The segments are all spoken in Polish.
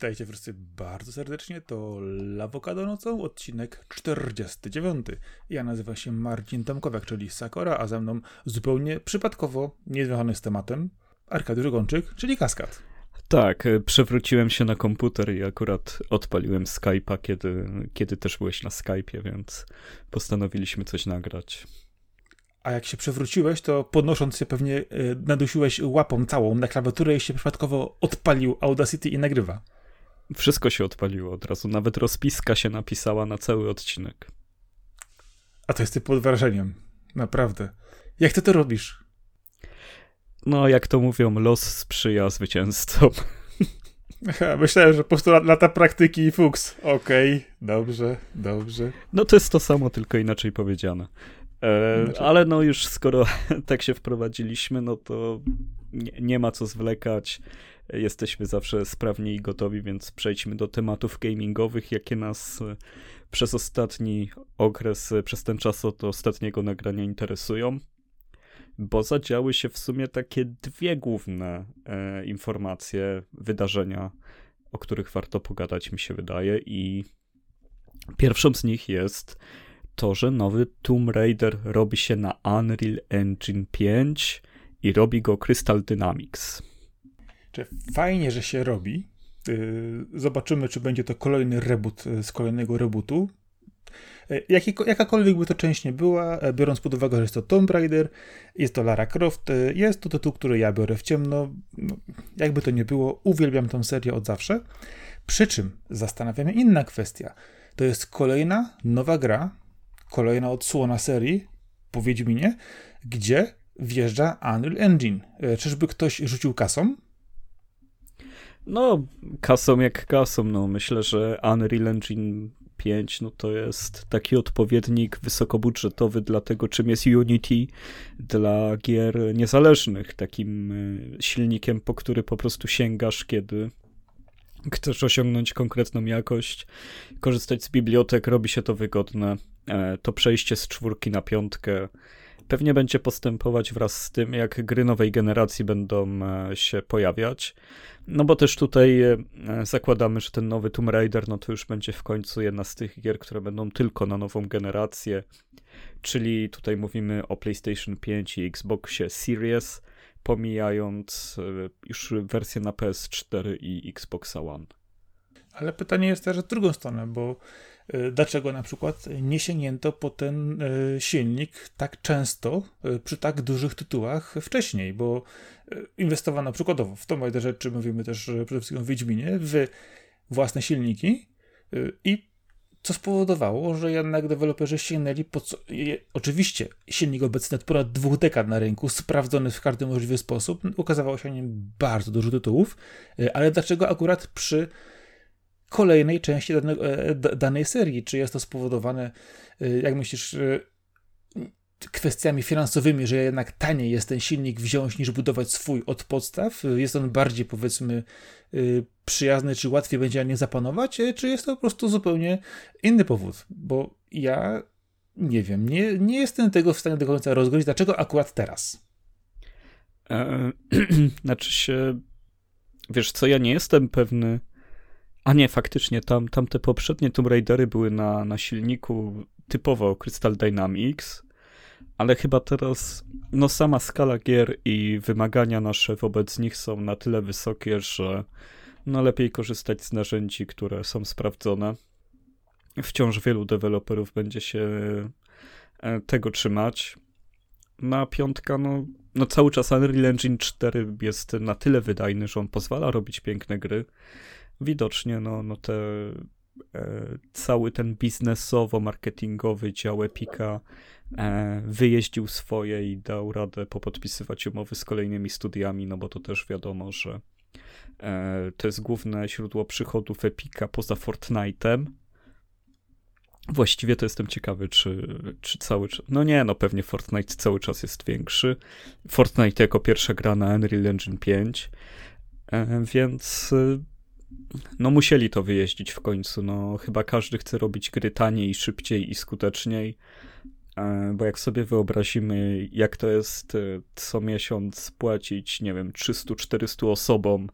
Witajcie wszyscy bardzo serdecznie, to Lawokado nocą, odcinek 49. Ja nazywam się Marcin Tomkowiak, czyli Sakora, a ze mną zupełnie przypadkowo, niezwiązany z tematem, Arkadiusz Gończyk, czyli Kaskad. Tak, przewróciłem się na komputer i akurat odpaliłem Skype'a, kiedy też byłeś na Skype'ie, więc postanowiliśmy coś nagrać. A jak się przewróciłeś, to podnosząc się pewnie nadusiłeś łapą całą na klawiaturę i się przypadkowo odpalił Audacity i nagrywa. Wszystko się odpaliło od razu, nawet rozpiska się napisała na cały odcinek. A to jest pod wrażeniem, naprawdę. Jak ty to robisz? No, jak to mówią, los sprzyja zwycięzcom. Myślałem, że po prostu lata praktyki i fuks. Okej, dobrze. No to jest to samo, tylko inaczej powiedziane. Ale no już skoro tak się wprowadziliśmy, no to nie ma co zwlekać. Jesteśmy zawsze sprawni i gotowi, więc przejdźmy do tematów gamingowych, jakie nas przez ostatni okres, przez ten czas od ostatniego nagrania interesują. Bo zadziały się w sumie takie dwie główne informacje, wydarzenia, o których warto pogadać, mi się wydaje. I pierwszą z nich jest to, że nowy Tomb Raider robi się na Unreal Engine 5 i robi go Crystal Dynamics. Fajnie, że się robi. Zobaczymy, czy będzie to kolejny reboot z kolejnego rebootu. Jakakolwiek by to część nie była, biorąc pod uwagę, że jest to Tomb Raider, jest to Lara Croft, jest to tytuł, który ja biorę w ciemno. No, jakby to nie było, uwielbiam tę serię od zawsze. Przy czym zastanawia mnie inna kwestia. To jest kolejna nowa gra, kolejna odsłona serii po Wiedźminie, gdzie wjeżdża Unreal Engine. Czyżby ktoś rzucił kasą? No, kasą jak kasą. No, myślę, że Unreal Engine 5 no to jest taki odpowiednik wysokobudżetowy dla tego, czym jest Unity dla gier niezależnych. Takim silnikiem, po który po prostu sięgasz, kiedy chcesz osiągnąć konkretną jakość, korzystać z bibliotek, robi się to wygodne. To przejście z 4 na 5 pewnie będzie postępować wraz z tym, jak gry nowej generacji będą się pojawiać. No bo też tutaj zakładamy, że ten nowy Tomb Raider, no to już będzie w końcu jedna z tych gier, które będą tylko na nową generację, czyli tutaj mówimy o PlayStation 5 i Xboxie Series, pomijając już wersję na PS4 i Xboxa One. Ale pytanie jest też w drugą stronę, bo dlaczego na przykład nie sięgnięto po ten silnik tak często przy tak dużych tytułach wcześniej, bo inwestowano przykładowo w Tomb Raiderze, czy mówimy też przede wszystkim o Wiedźminie, w własne silniki i co spowodowało, że jednak deweloperzy sięgnęli po co. Oczywiście silnik obecny od ponad 2 dekad na rynku, sprawdzony w każdy możliwy sposób, ukazywało się nim bardzo dużo tytułów, ale dlaczego akurat przy kolejnej części danej serii? Czy jest to spowodowane, jak myślisz, kwestiami finansowymi, że jednak taniej jest ten silnik wziąć niż budować swój od podstaw? Jest on bardziej, powiedzmy, przyjazny, czy łatwiej będzie na nie zapanować? Czy jest to po prostu zupełnie inny powód? Bo ja nie wiem, nie jestem tego w stanie do końca rozgryźć, dlaczego akurat teraz? Znaczy się, wiesz co, ja nie jestem pewny. A nie, faktycznie, tamte poprzednie Tomb Raidery były na silniku typowo Crystal Dynamics, ale chyba teraz no sama skala gier i wymagania nasze wobec nich są na tyle wysokie, że no lepiej korzystać z narzędzi, które są sprawdzone. Wciąż wielu deweloperów będzie się tego trzymać. Na 5 no cały czas Unreal Engine 4 jest na tyle wydajny, że on pozwala robić piękne gry. Widocznie cały ten biznesowo-marketingowy dział Epica wyjeździł swoje i dał radę popodpisywać umowy z kolejnymi studiami, no bo to też wiadomo, że to jest główne źródło przychodów Epica poza Fortnite'em. Właściwie to jestem ciekawy, czy cały czas. No nie, no pewnie Fortnite cały czas jest większy. Fortnite jako pierwsza gra na Unreal Engine 5, więc no musieli to wyjeździć w końcu. No chyba każdy chce robić gry taniej, szybciej i skuteczniej, bo jak sobie wyobrazimy, jak to jest co miesiąc płacić, nie wiem, 300-400 osobom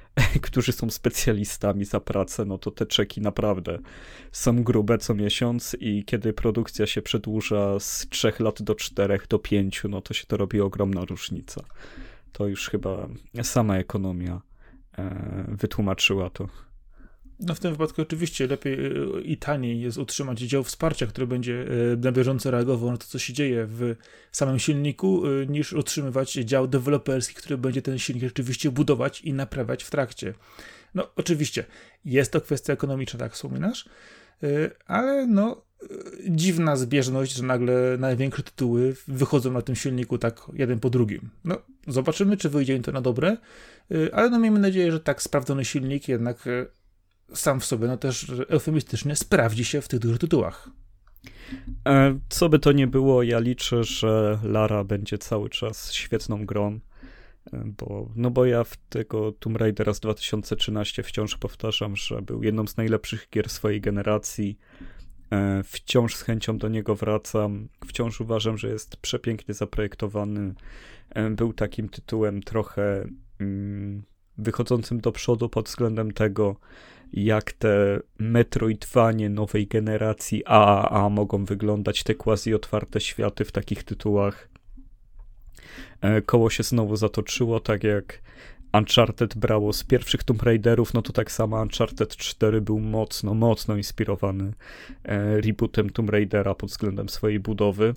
którzy są specjalistami za pracę, no to te czeki naprawdę są grube co miesiąc i kiedy produkcja się przedłuża z 3 lat do 4, do 5, no to się to robi ogromna różnica. To już chyba sama ekonomia wytłumaczyła to. No w tym wypadku oczywiście lepiej i taniej jest utrzymać dział wsparcia, który będzie na bieżąco reagował na to, co się dzieje w samym silniku, niż utrzymywać dział deweloperski, który będzie ten silnik rzeczywiście budować i naprawiać w trakcie. No oczywiście jest to kwestia ekonomiczna, tak wspominasz, ale no dziwna zbieżność, że nagle największe tytuły wychodzą na tym silniku tak jeden po drugim. No zobaczymy, czy wyjdzie im to na dobre, ale no miejmy nadzieję, że tak sprawdzony silnik jednak sam w sobie, no też eufemistycznie sprawdzi się w tych dużych tytułach. Co by to nie było, ja liczę, że Lara będzie cały czas świetną grą, bo ja w tego Tomb Raidera z 2013 wciąż powtarzam, że był jedną z najlepszych gier swojej generacji. Wciąż z chęcią do niego wracam. Wciąż uważam, że jest przepięknie zaprojektowany. Był takim tytułem trochę wychodzącym do przodu pod względem tego, jak te Metroidvanie nowej generacji AAA mogą wyglądać, te quasi-otwarte światy w takich tytułach. Koło się znowu zatoczyło, tak jak Uncharted brało z pierwszych Tomb Raiderów, no to tak samo Uncharted 4 był mocno inspirowany rebootem Tomb Raidera pod względem swojej budowy.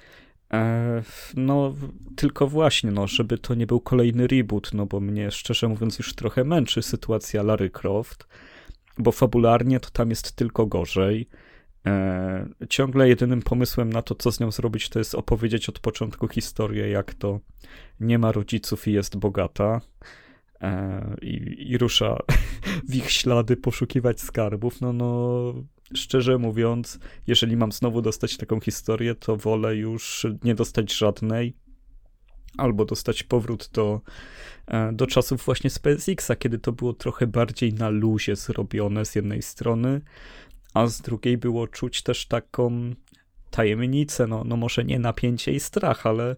No, tylko właśnie, no, żeby to nie był kolejny reboot, no bo mnie, szczerze mówiąc, już trochę męczy sytuacja Lara Croft, bo fabularnie to tam jest tylko gorzej. Ciągle jedynym pomysłem na to, co z nią zrobić, to jest opowiedzieć od początku historię, jak to nie ma rodziców i jest bogata. I rusza w ich ślady poszukiwać skarbów. No, szczerze mówiąc, jeżeli mam znowu dostać taką historię, to wolę już nie dostać żadnej, albo dostać powrót do czasów właśnie z PSX-a, kiedy to było trochę bardziej na luzie zrobione z jednej strony, a z drugiej było czuć też taką tajemnicę, no może nie napięcie i strach, ale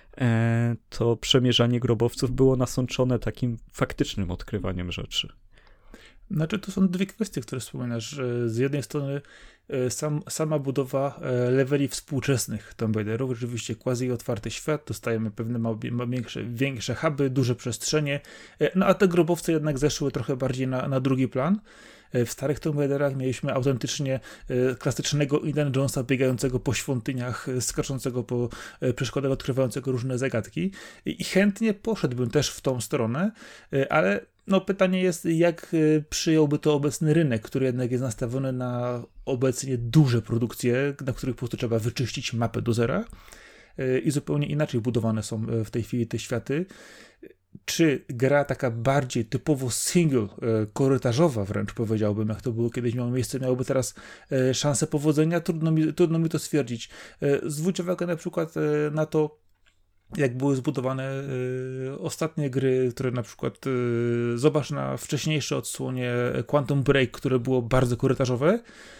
to przemierzanie grobowców było nasączone takim faktycznym odkrywaniem rzeczy. Znaczy, to są dwie kwestie, które wspominasz. Z jednej strony sama budowa leveli współczesnych Tomb Raiderów, oczywiście quasi otwarty świat, dostajemy pewne większe huby, duże przestrzenie, no a te grobowce jednak zeszły trochę bardziej na drugi plan. W starych Tomb Raiderach mieliśmy autentycznie klasycznego Indiana Jonesa biegającego po świątyniach, skaczącego po przeszkodach, odkrywającego różne zagadki i chętnie poszedłbym też w tą stronę, ale no pytanie jest, jak przyjąłby to obecny rynek, który jednak jest nastawiony na obecnie duże produkcje, na których po prostu trzeba wyczyścić mapę do zera i zupełnie inaczej budowane są w tej chwili te światy. Czy gra taka bardziej typowo single, korytarzowa wręcz powiedziałbym, jak to było kiedyś miało miejsce, miałoby teraz szansę powodzenia? Trudno mi to stwierdzić. Zwróć uwagę na przykład na to, jak były zbudowane ostatnie gry, które na przykład zobacz na wcześniejsze odsłonie Quantum Break, które było bardzo korytarzowe,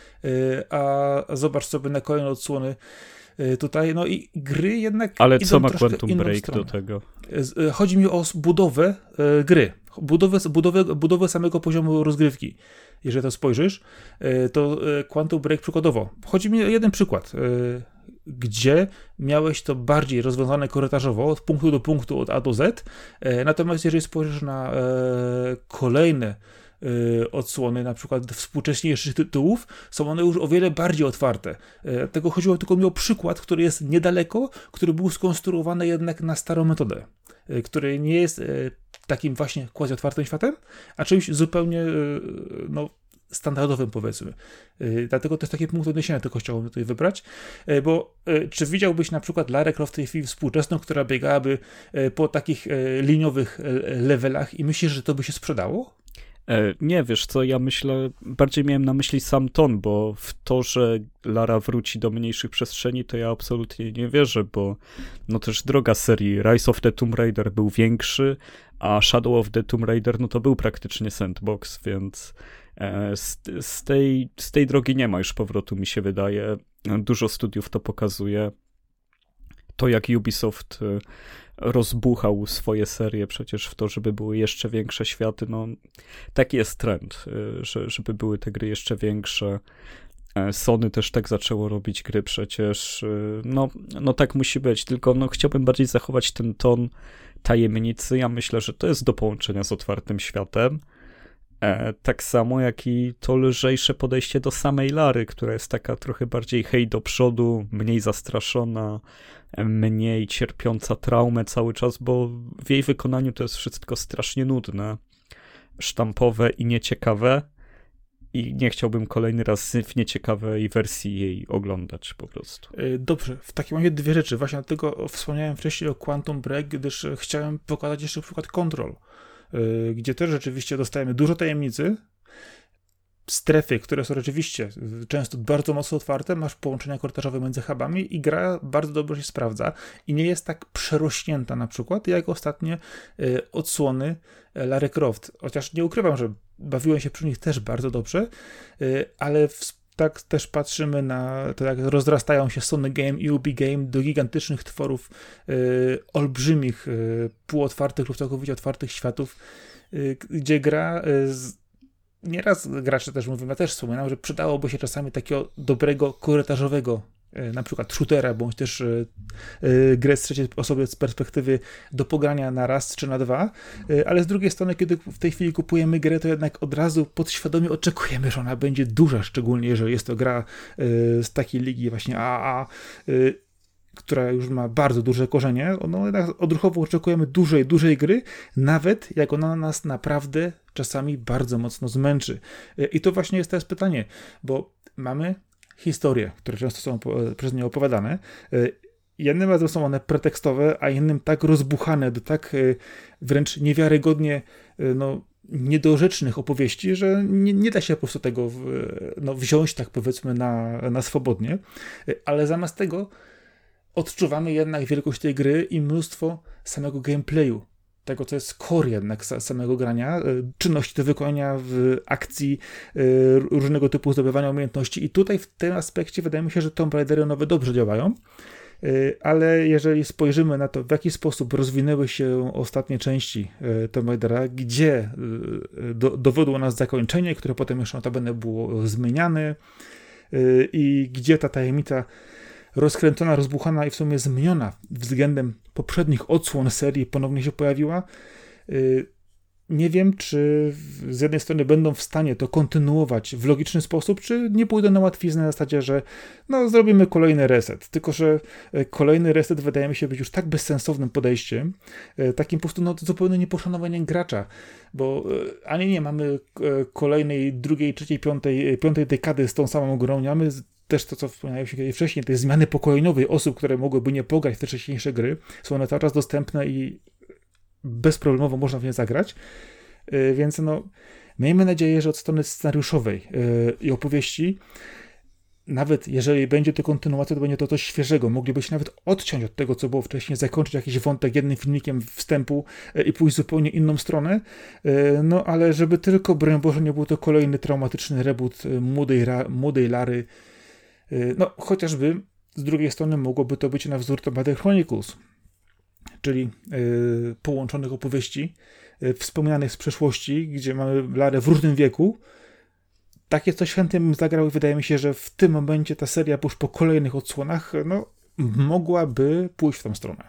a zobacz sobie na kolejne odsłony tutaj, no i gry jednak ale idą co ma troszkę Quantum inną Break stronę. do tego? Chodzi mi o budowę gry, budowę samego poziomu rozgrywki. Jeżeli to spojrzysz, to Quantum Break przykładowo. Chodzi mi o jeden przykład, gdzie miałeś to bardziej rozwiązane korytarzowo, od punktu do punktu, od A do Z, natomiast jeżeli spojrzysz na kolejne odsłony, na przykład współcześniejszych tytułów, są one już o wiele bardziej otwarte. Tego chodziło tylko mi o przykład, który jest niedaleko, który był skonstruowany jednak na starą metodę, który nie jest takim właśnie quasi-otwartym światem, a czymś zupełnie standardowym, powiedzmy. Dlatego też taki punkt odniesienia tylko chciałbym tutaj wybrać, bo czy widziałbyś na przykład Larę Croft w tej chwili współczesną, która biegałaby po takich liniowych levelach i myślisz, że to by się sprzedało? Nie, wiesz co, ja myślę, bardziej miałem na myśli sam ton, bo w to, że Lara wróci do mniejszych przestrzeni, to ja absolutnie nie wierzę, bo no też droga serii Rise of the Tomb Raider był większy, a Shadow of the Tomb Raider, no to był praktycznie sandbox, więc z tej drogi nie ma już powrotu, mi się wydaje. Dużo studiów to pokazuje. to, jak Ubisoft rozbuchał swoje serie przecież w to, żeby były jeszcze większe światy, no taki jest trend, żeby były te gry jeszcze większe. Sony też tak zaczęło robić gry przecież, no tak musi być, tylko no chciałbym bardziej zachować ten ton tajemnicy. Ja myślę, że to jest do połączenia z otwartym światem, tak samo jak i to lżejsze podejście do samej Lary, która jest taka trochę bardziej hej do przodu, mniej zastraszona, mniej cierpiąca traumę cały czas, bo w jej wykonaniu to jest wszystko strasznie nudne, sztampowe i nieciekawe i nie chciałbym kolejny raz w nieciekawej wersji jej oglądać po prostu. Dobrze, w takim razie dwie rzeczy. Właśnie dlatego wspomniałem wcześniej o Quantum Break, gdyż chciałem pokazać jeszcze przykład Control, gdzie też rzeczywiście dostajemy dużo tajemnicy, strefy, które są rzeczywiście często bardzo mocno otwarte, masz połączenia korytarzowe między hubami i gra bardzo dobrze się sprawdza i nie jest tak przerośnięta na przykład jak ostatnie odsłony Lara Croft. Chociaż nie ukrywam, że bawiłem się przy nich też bardzo dobrze, ale tak też patrzymy na to, jak rozrastają się Sony Game i Ubi Game do gigantycznych tworów, olbrzymich, półotwartych lub całkowicie otwartych światów, gdzie gra nieraz gracze też mówią, ja też wspominam, że przydałoby się czasami takiego dobrego korytarzowego na przykład shootera, bądź też grę z trzeciej osoby z perspektywy do pogrania na raz czy na dwa, ale z drugiej strony, kiedy w tej chwili kupujemy grę, to jednak od razu podświadomie oczekujemy, że ona będzie duża, szczególnie jeżeli jest to gra z takiej ligi właśnie AAA, która już ma bardzo duże korzenie, no jednak odruchowo oczekujemy dużej gry, nawet jak ona nas naprawdę czasami bardzo mocno zmęczy. I to właśnie jest teraz pytanie, bo mamy historie, które często są przez nie opowiadane. Jednym razem są one pretekstowe, a innym tak rozbuchane do tak wręcz niewiarygodnie niedorzecznych opowieści, że nie da się po prostu tego wziąć, tak powiedzmy, na swobodnie. Ale zamiast tego odczuwamy jednak wielkość tej gry i mnóstwo samego gameplayu, tego, co jest core jednak samego grania, czynności do wykonania w akcji, różnego typu zdobywania umiejętności. I tutaj w tym aspekcie wydaje mi się, że Tomb Raidery nowe dobrze działają, ale jeżeli spojrzymy na to, w jaki sposób rozwinęły się ostatnie części Tomb Raidera, gdzie dowiodło nas zakończenie, które potem jeszcze notabene było zmieniane i gdzie ta tajemnica rozkręcona, rozbuchana i w sumie zmieniona względem poprzednich odsłon serii ponownie się pojawiła. Nie wiem, czy z jednej strony będą w stanie to kontynuować w logiczny sposób, czy nie pójdą na łatwiznę na zasadzie, że zrobimy kolejny reset. Tylko że kolejny reset wydaje mi się być już tak bezsensownym podejściem, takim po prostu zupełnie nieposzanowaniem gracza, bo ani nie mamy kolejnej, drugiej, trzeciej, piątej dekady z tą samą grą, nie mamy też to, co wspomniałem się wcześniej, tej zmiany pokoleniowej osób, które mogłyby nie pograć w te wcześniejsze gry, są one cały czas dostępne i bezproblemowo można w nie zagrać, więc miejmy nadzieję, że od strony scenariuszowej i opowieści, nawet jeżeli będzie to kontynuacja, to będzie to coś świeżego. Mogliby się nawet odciąć od tego, co było wcześniej, zakończyć jakiś wątek jednym filmikiem wstępu i pójść w zupełnie inną stronę, ale żeby tylko, broń Boże, nie był to kolejny traumatyczny reboot młodej Lary, chociażby z drugiej strony mogłoby to być na wzór Tomb Raider Chronicles, czyli połączonych opowieści wspomnianych z przeszłości, gdzie mamy Larę w różnym wieku. Takie coś chętnie bym zagrał i wydaje mi się, że w tym momencie ta seria już po kolejnych odsłonach mogłaby pójść w tą stronę.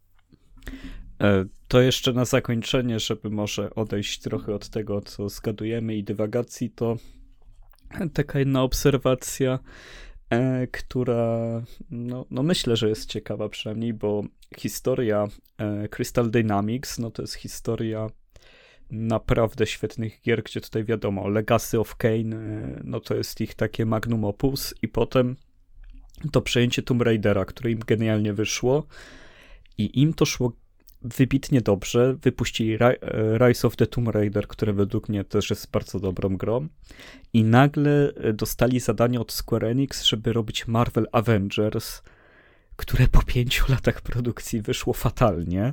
To jeszcze na zakończenie, żeby może odejść trochę od tego, co zgadujemy i dywagacji, to taka jedna obserwacja, która myślę, że jest ciekawa przynajmniej, bo historia Crystal Dynamics, to jest historia naprawdę świetnych gier, gdzie tutaj wiadomo, Legacy of Kain, to jest ich takie magnum opus i potem to przejęcie Tomb Raidera, które im genialnie wyszło i im to szło wybitnie dobrze. Wypuścili Rise of the Tomb Raider, które według mnie też jest bardzo dobrą grą i nagle dostali zadanie od Square Enix, żeby robić Marvel Avengers, które po 5 latach produkcji wyszło fatalnie.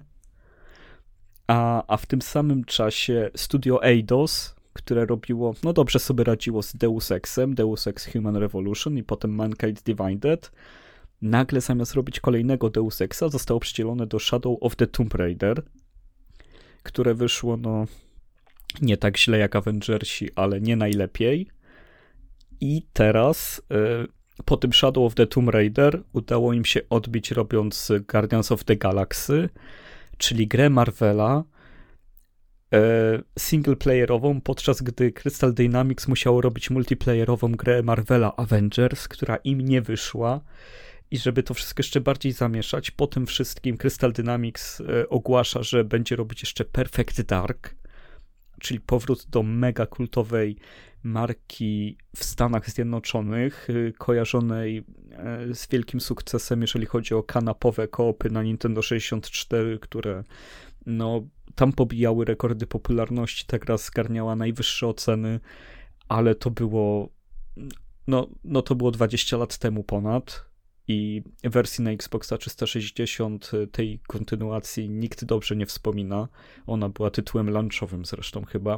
A w tym samym czasie studio Eidos, które robiło, dobrze sobie radziło z Deus Exem, Deus Ex Human Revolution i potem Mankind Divided, nagle zamiast robić kolejnego Deus Exa zostało przydzielone do Shadow of the Tomb Raider, które wyszło nie tak źle jak Avengersi, ale nie najlepiej. I teraz po tym Shadow of the Tomb Raider udało im się odbić robiąc Guardians of the Galaxy, czyli grę Marvela singleplayerową, podczas gdy Crystal Dynamics musiało robić multiplayerową grę Marvela Avengers, która im nie wyszła. I żeby to wszystko jeszcze bardziej zamieszać, po tym wszystkim Crystal Dynamics ogłasza, że będzie robić jeszcze Perfect Dark, czyli powrót do mega kultowej marki w Stanach Zjednoczonych, kojarzonej z wielkim sukcesem, jeżeli chodzi o kanapowe koopy na Nintendo 64, które tam pobijały rekordy popularności, ta gra zgarniała najwyższe oceny, ale to było to było 20 lat temu ponad i wersji na Xboxa 360 tej kontynuacji nikt dobrze nie wspomina. Ona była tytułem launchowym zresztą chyba.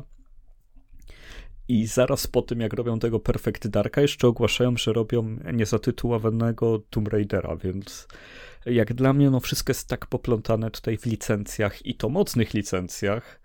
I zaraz po tym, jak robią tego Perfect Darka, jeszcze ogłaszają, że robią niezatytułowanego Tomb Raidera, więc jak dla mnie wszystko jest tak poplątane tutaj w licencjach i to mocnych licencjach,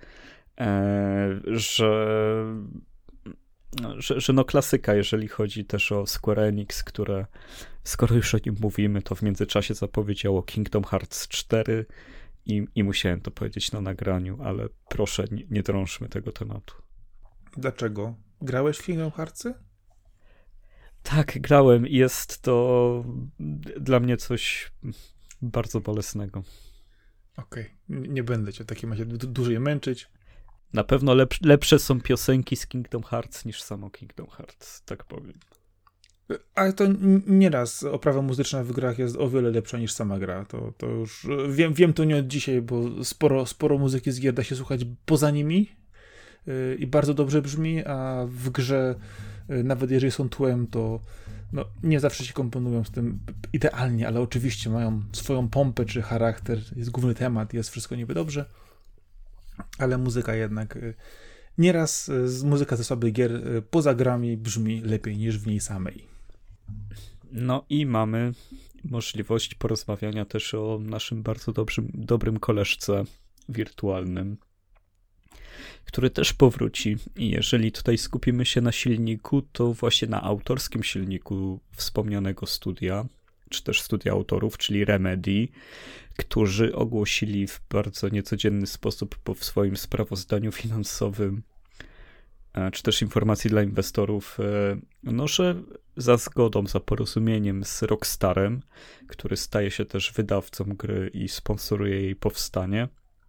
że klasyka, jeżeli chodzi też o Square Enix, które, skoro już o nim mówimy, to w międzyczasie zapowiedziało Kingdom Hearts 4 i musiałem to powiedzieć na nagraniu, ale proszę, nie drążmy tego tematu. Dlaczego? Grałeś w Kingdom Heartsy? Tak, grałem i jest to dla mnie coś bardzo bolesnego. Okej, nie będę cię w takim razie dłużej męczyć. Na pewno lepsze są piosenki z Kingdom Hearts niż samo Kingdom Hearts, tak powiem. Ale to nieraz oprawa muzyczna w grach jest o wiele lepsza niż sama gra. To już wiem to nie od dzisiaj, bo sporo muzyki z gier da się słuchać poza nimi i bardzo dobrze brzmi, a w grze nawet jeżeli są tłem, to nie zawsze się komponują z tym idealnie, ale oczywiście mają swoją pompę czy charakter, jest główny temat, jest wszystko niby dobrze, ale muzyka jednak nieraz muzyka ze słabych gier poza grami brzmi lepiej niż w niej samej. No i mamy możliwość porozmawiania też o naszym bardzo dobrym koleżce wirtualnym, który też powróci. I jeżeli tutaj skupimy się na silniku, to właśnie na autorskim silniku wspomnianego studia, czy też studia autorów, czyli Remedy, którzy ogłosili w bardzo niecodzienny sposób w swoim sprawozdaniu finansowym, czy też informacji dla inwestorów, że za zgodą, za porozumieniem z Rockstarem, który staje się też wydawcą gry i sponsoruje jej powstanie,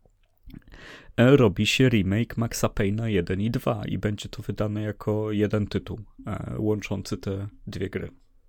robi się remake Maxa Payne'a 1 i 2 i będzie to wydane jako jeden tytuł łączący te dwie gry.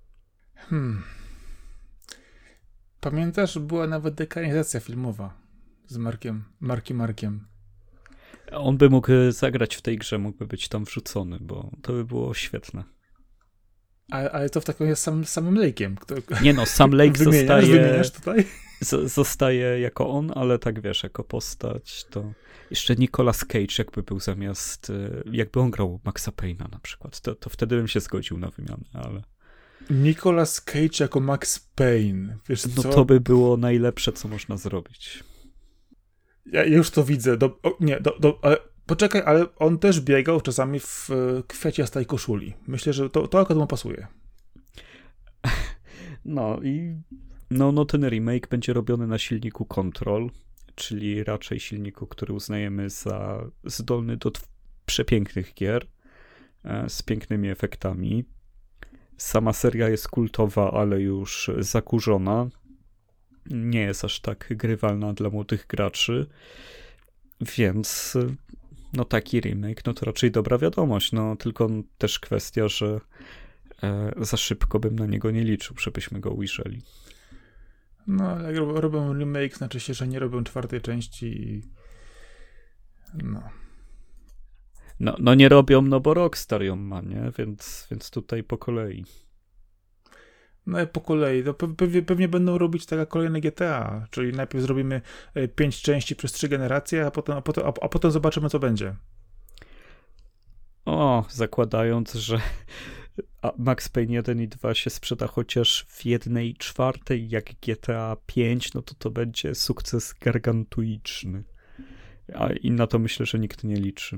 Pamiętasz, była nawet dekranizacja filmowa z Markiem. On by mógł zagrać w tej grze, mógłby być tam wrzucony, bo to by było świetne. Ale to w takim jest samym Lake'iem. Sam Lake wymieniasz tutaj? Zostaje jako on, ale tak wiesz, jako postać to jeszcze Nicolas Cage jakby był jakby on grał Maxa Payne'a na przykład, to wtedy bym się zgodził na wymianę, ale... Nicolas Cage jako Max Payne, wiesz co? To by było najlepsze, co można zrobić. Ja już to widzę. Ale poczekaj, ale on też biegał czasami w kwiaciastej koszuli. Myślę, że to akurat mu pasuje. Ten remake będzie robiony na silniku Control, czyli raczej silniku, który uznajemy za zdolny do przepięknych gier z pięknymi efektami. Sama seria jest kultowa, ale już zakurzona. Nie jest aż tak grywalna dla młodych graczy, więc taki remake, to raczej dobra wiadomość, tylko też kwestia, że za szybko bym na niego nie liczył, żebyśmy go ujrzeli. Jak robią remake, znaczy się, że nie robią czwartej części i nie robią, bo Rockstar ją ma, nie? Więc tutaj po kolei. Po kolei. To pewnie będą robić tak jak kolejne GTA, czyli najpierw zrobimy 5 części przez 3 generacje, a potem zobaczymy, co będzie. Zakładając, że a Max Payne 1 i 2 się sprzeda chociaż w 1/4 jak GTA 5, no to będzie sukces gargantuiczny. I na to myślę, że nikt nie liczy.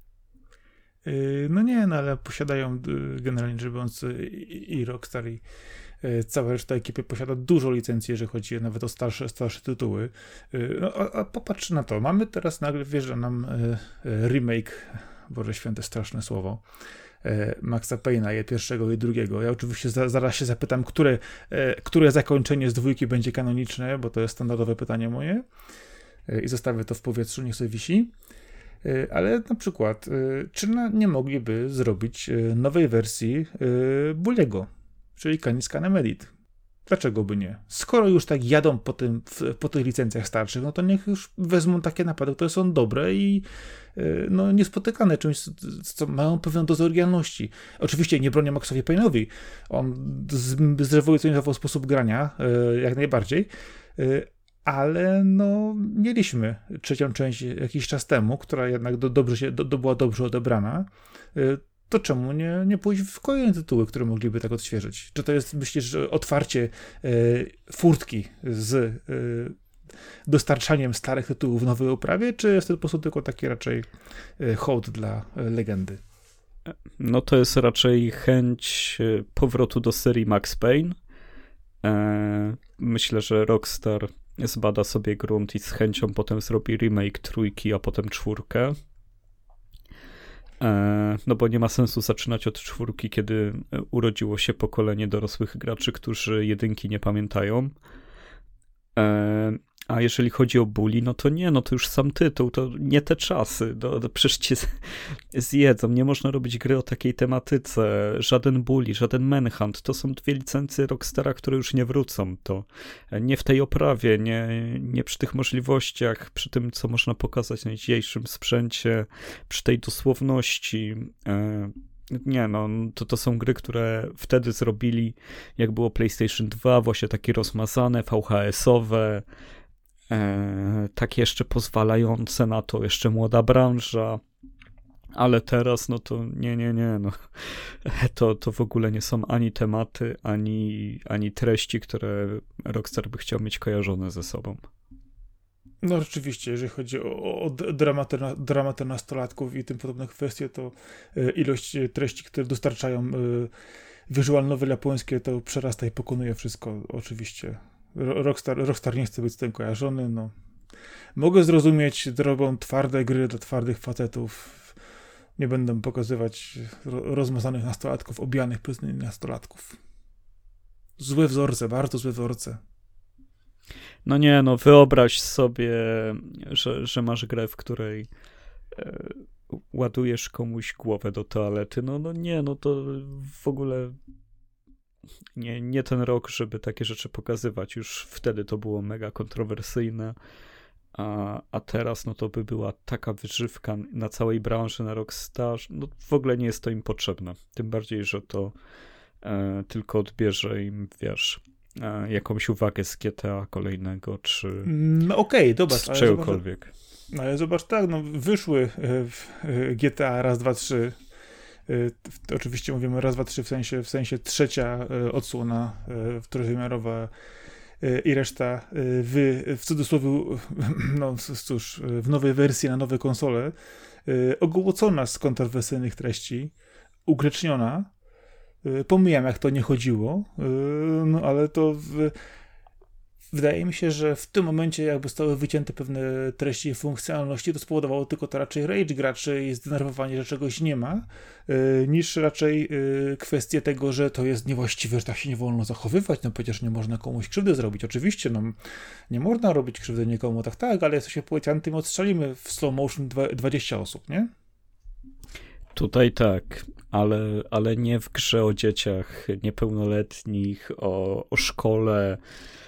No nie, no ale posiadają generalnie rzecz biorąc i Rockstar i cała reszta ekipy posiada dużo licencji, jeżeli chodzi nawet o starsze tytuły. No, a popatrz na to. Mamy teraz nagle, wjeżdża nam remake, Boże Święte, straszne słowo, Maxa Payne'a pierwszego i drugiego. Ja oczywiście zaraz się zapytam, które zakończenie z dwójki będzie kanoniczne, bo to jest standardowe pytanie moje i zostawię to w powietrzu, niech sobie wisi. Ale na przykład, czy nie mogliby zrobić nowej wersji Bulliego, czyli Canis Canem Elite? Dlaczego by nie? Skoro już tak jadą po tych licencjach starszych, no to niech już wezmą takie napady, które są dobre i no, niespotykane czymś, co mają pewną dozę oryginalności. Oczywiście nie bronię Maxowi Payne'owi, on zrewolucjonizował sposób grania, jak najbardziej, ale no, mieliśmy trzecią część jakiś czas temu, która jednak była dobrze odebrana. To czemu nie pójść w kolejne tytuły, które mogliby tak odświeżyć? Czy to jest, myślisz, że otwarcie furtki z dostarczaniem starych tytułów w nowej oprawie, czy jest to po prostu tylko taki raczej hołd dla legendy? No to jest raczej chęć powrotu do serii Max Payne. Myślę, że Rockstar zbada sobie grunt i z chęcią potem zrobi remake 3, a potem 4. No bo nie ma sensu zaczynać od 4, kiedy urodziło się pokolenie dorosłych graczy, którzy 1 nie pamiętają. A jeżeli chodzi o Bully, no to nie, no to już sam tytuł, to nie te czasy, przecież cię zjedzą, nie można robić gry o takiej tematyce, żaden Bully, żaden Manhunt, to są 2 licencje Rockstara, które już nie wrócą, to nie w tej oprawie, nie przy tych możliwościach, przy tym, co można pokazać na dzisiejszym sprzęcie, przy tej dosłowności. Nie, no, to są gry, które wtedy zrobili, jak było PlayStation 2, właśnie takie rozmazane, VHS-owe, takie jeszcze pozwalające na to, jeszcze młoda branża, ale teraz, no to nie, no, to w ogóle nie są ani tematy, ani treści, które Rockstar by chciał mieć kojarzone ze sobą. No rzeczywiście, jeżeli chodzi o dramaty nastolatków i tym podobne kwestie, to ilość treści, które dostarczają visual novel japońskie, to przerasta i pokonuje wszystko, oczywiście. Rockstar nie chce być z tym kojarzony, no. Mogę zrozumieć, robią twarde gry dla twardych facetów. Nie będę pokazywać rozmazanych nastolatków, obijanych przez innych nastolatków. Złe wzorce, bardzo złe wzorce. No nie, no wyobraź sobie, że masz grę, w której ładujesz komuś głowę do toalety. No nie, no to w ogóle nie ten rok, żeby takie rzeczy pokazywać. Już wtedy to było mega kontrowersyjne, a teraz no to by była taka wyżywka na całej branży, na Rockstar. No w ogóle nie jest to im potrzebne. Tym bardziej, że to tylko odbierze im, wiesz, jakąś uwagę z GTA kolejnego, czy no okej, dobra, z czegokolwiek. No ale zobacz, tak, no wyszły GTA raz, dwa, trzy. Oczywiście mówimy raz, dwa, trzy w sensie trzecia odsłona trójwymiarowa i reszta w cudzysłowie, no cóż, w nowej wersji na nowe konsole, ogołocona z kontrowersyjnych treści, ugreczniona. Pomijam, jak to nie chodziło, no ale to wydaje mi się, że w tym momencie jakby zostały wycięte pewne treści i funkcjonalności, to spowodowało tylko to raczej rage graczy i zdenerwowanie, że czegoś nie ma, niż raczej kwestię tego, że to jest niewłaściwe, że tak się nie wolno zachowywać, no przecież nie można komuś krzywdy zrobić. Oczywiście, no nie można robić krzywdy nikomu, tak, ale jesteśmy policjantem i odstrzelimy w slow motion 20 osób, nie? Tutaj tak, ale nie w grze o dzieciach niepełnoletnich, o szkole.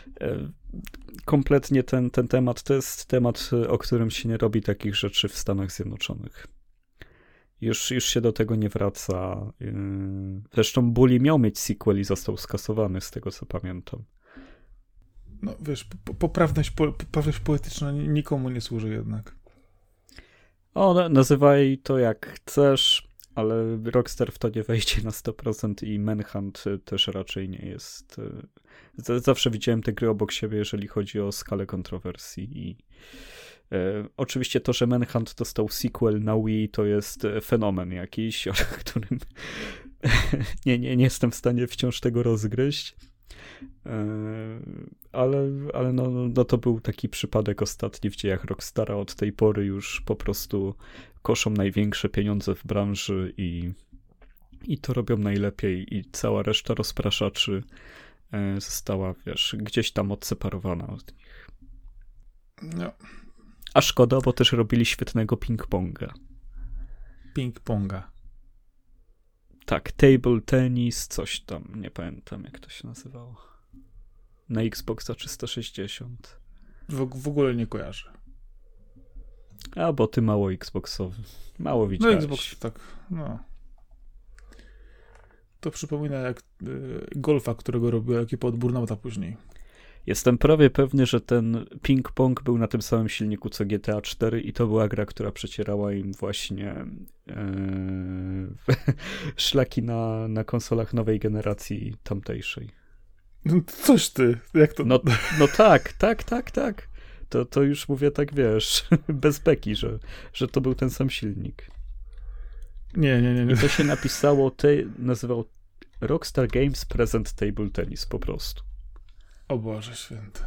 Kompletnie ten temat to jest temat, o którym się nie robi takich rzeczy w Stanach Zjednoczonych. Już się do tego nie wraca. Zresztą Bully miał mieć sequel i został skasowany, z tego co pamiętam. No wiesz, poprawność polityczna nikomu nie służy jednak. Nazywaj to jak chcesz. ale Rockstar w to nie wejdzie na 100% i Manhunt też raczej nie jest. Zawsze widziałem te gry obok siebie, jeżeli chodzi o skalę kontrowersji i oczywiście to, że Manhunt dostał sequel na Wii, to jest fenomen jakiś, o którym nie jestem w stanie wciąż tego rozgryźć. Ale no to był taki przypadek ostatni w dziejach Rockstara. Od tej pory już po prostu koszą największe pieniądze w branży i to robią najlepiej i cała reszta rozpraszaczy została, wiesz, gdzieś tam odseparowana od nich. No. A szkoda, bo też robili świetnego ping-ponga. Ping-ponga. Tak, table tennis, coś tam, nie pamiętam jak to się nazywało. Na Xboxa 360. W ogóle nie kojarzę. A, bo ty mało Xboxowy. Mało widziałeś. No Xbox, tak, no. To przypomina jak golfa, którego robiła ekipa od Burnouta później. Jestem prawie pewny, że ten ping-pong był na tym samym silniku co GTA 4 i to była gra, która przecierała im właśnie szlaki na konsolach nowej generacji tamtejszej. Coś ty, jak to? No tak. To już mówię tak, wiesz, bez beki, że to był ten sam silnik. Nie. I to się napisało, nazywał Rockstar Games Present Table Tennis po prostu. O Boże święty.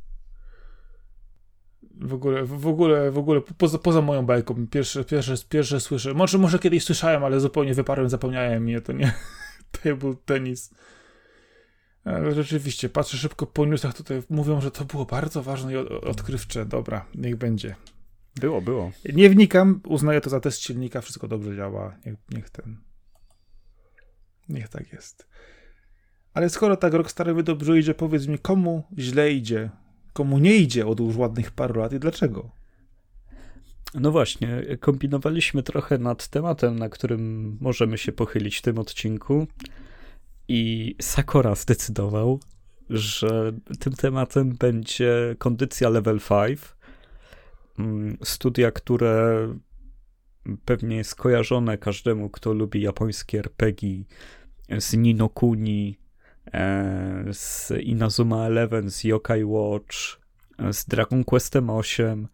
W ogóle poza moją bajką, pierwsze słyszę. Może kiedyś słyszałem, ale zupełnie wyparłem, zapomniałem mnie, to nie table tenis. Ale rzeczywiście, patrzę szybko po newsach, tutaj mówią, że to było bardzo ważne i odkrywcze. Dobra, niech będzie. Było. Nie wnikam, uznaję to za test silnika, wszystko dobrze działa. Niech tak jest. Ale skoro tak Rockstarowi dobrze idzie, powiedz mi, komu źle idzie? Komu nie idzie od już ładnych paru lat i dlaczego? No właśnie, kombinowaliśmy trochę nad tematem, na którym możemy się pochylić w tym odcinku i Sakura zdecydował, że tym tematem będzie kondycja Level 5. Studia, które pewnie jest kojarzone każdemu, kto lubi japońskie RPG, z Ni no Kuni, z Inazuma Eleven, z Yokai Watch, z Dragon Questem 8,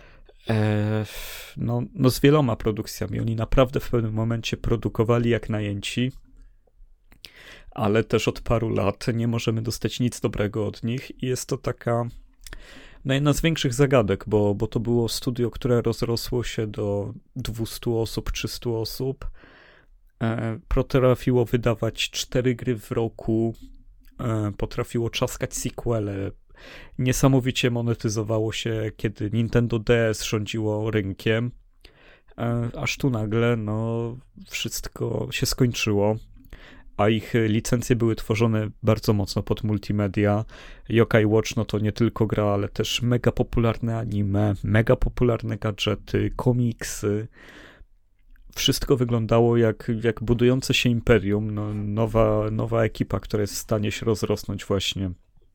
no z wieloma produkcjami. Oni naprawdę w pewnym momencie produkowali jak najęci, ale też od paru lat nie możemy dostać nic dobrego od nich i jest to taka jedna z większych zagadek, bo to było studio, które rozrosło się do 200 osób, 300 osób. Potrafiło wydawać 4 gry w roku, potrafiło czaskać sequele, niesamowicie monetyzowało się, kiedy Nintendo DS rządziło rynkiem, aż tu nagle wszystko się skończyło, a ich licencje były tworzone bardzo mocno pod multimedia. Yokai Watch to nie tylko gra, ale też mega popularne anime, mega popularne gadżety, komiksy. Wszystko wyglądało jak budujące się imperium, nowa ekipa, która jest w stanie się rozrosnąć właśnie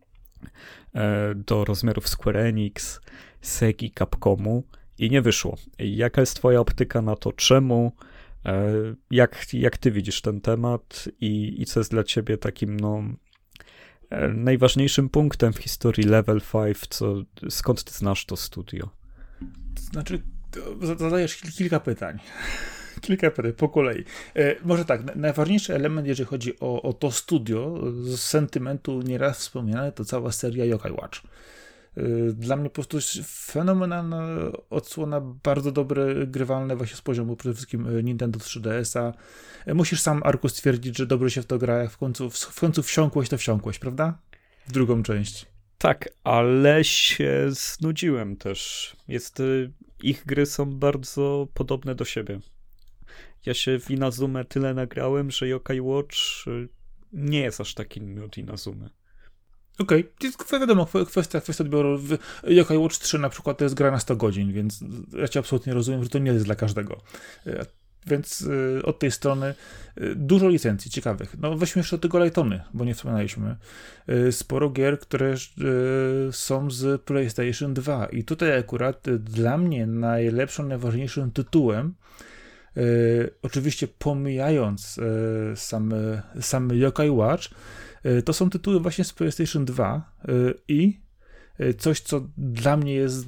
do rozmiarów Square Enix, Segi, Capcomu i nie wyszło. Jaka jest twoja optyka na to, czemu, jak ty widzisz ten temat i co jest dla ciebie takim najważniejszym punktem w historii Level 5, skąd ty znasz to studio? To znaczy, zadajesz kilka pytań. Po kolei. Może tak, najważniejszy element, jeżeli chodzi o to studio, z sentymentu nieraz wspomniane, to cała seria Yokai Watch. Dla mnie po prostu fenomenalna odsłona, bardzo dobre, grywalne właśnie z poziomu przede wszystkim Nintendo 3DS-a. Musisz sam, Arku, stwierdzić, że dobrze się w to gra, jak w końcu wsiąkłeś, prawda? W drugą część. Tak, ale się znudziłem też. Ich gry są bardzo podobne do siebie. Ja się w Inazumę tyle nagrałem, że Yokai Watch nie jest aż taki nudny od Inazumy. Okej, wiadomo, kwestia odbioru. Yokai Watch 3 na przykład to jest gra na 100 godzin, więc ja cię absolutnie rozumiem, że to nie jest dla każdego. Więc od tej strony dużo licencji ciekawych. Weźmy jeszcze do tego Laytony, bo nie wspominaliśmy. Sporo gier, które są z PlayStation 2 i tutaj akurat dla mnie najlepszym, najważniejszym tytułem oczywiście pomijając sam Yokai Watch, to są tytuły właśnie z PlayStation 2 i coś, co dla mnie jest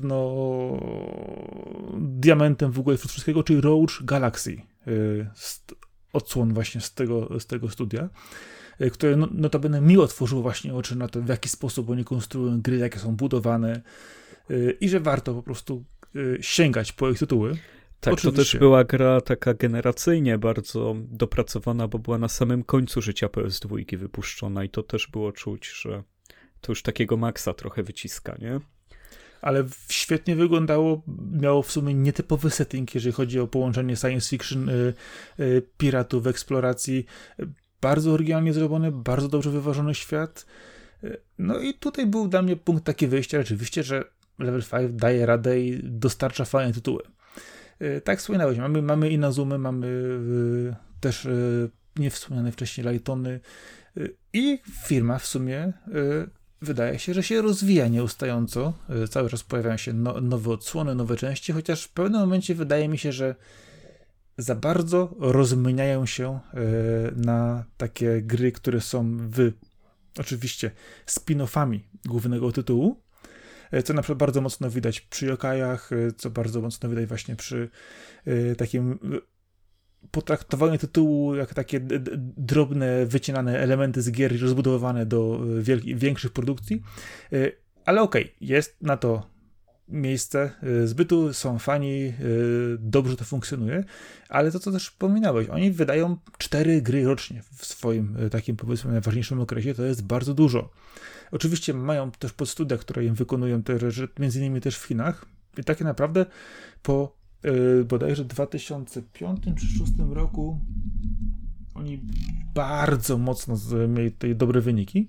diamentem w ogóle wszystkiego, czyli Rogue Galaxy, odsłon właśnie z tego studia, które notabene mi otworzyło właśnie oczy na to, w jaki sposób oni konstruują gry, jakie są budowane i że warto po prostu sięgać po ich tytuły. Tak, oczywiście. To też była gra taka generacyjnie bardzo dopracowana, bo była na samym końcu życia PS2 wypuszczona i to też było czuć, że to już takiego maksa trochę wyciska, nie? Ale świetnie wyglądało, miało w sumie nietypowy setting, jeżeli chodzi o połączenie science fiction, piratów, eksploracji. Bardzo oryginalnie zrobiony, bardzo dobrze wyważony świat. No i tutaj był dla mnie punkt taki wyjścia rzeczywiście, że Level 5 daje radę i dostarcza fajne tytuły. Tak wspominałeś, mamy Inazumy, mamy też niewspomniane wcześniej Laytony i firma w sumie wydaje się, że się rozwija nieustająco. Cały czas pojawiają się nowe odsłony, nowe części, chociaż w pewnym momencie wydaje mi się, że za bardzo rozmieniają się na takie gry, które są oczywiście spin-offami głównego tytułu, co na przykład bardzo mocno widać przy Yokajach, co bardzo mocno widać właśnie przy takim potraktowaniu tytułu jak takie drobne, wycinane elementy z gier rozbudowywane do większych produkcji. Ale okej, jest na to miejsce zbytu, są fani, dobrze to funkcjonuje, ale to, co też wspominałeś, oni wydają 4 gry rocznie w swoim takim, powiedzmy, najważniejszym okresie, to jest bardzo dużo. Oczywiście mają też podstudia, które im wykonują te rzeczy, między innymi też w Chinach i tak naprawdę po bodajże 2005 czy 2006 roku oni bardzo mocno mieli tutaj dobre wyniki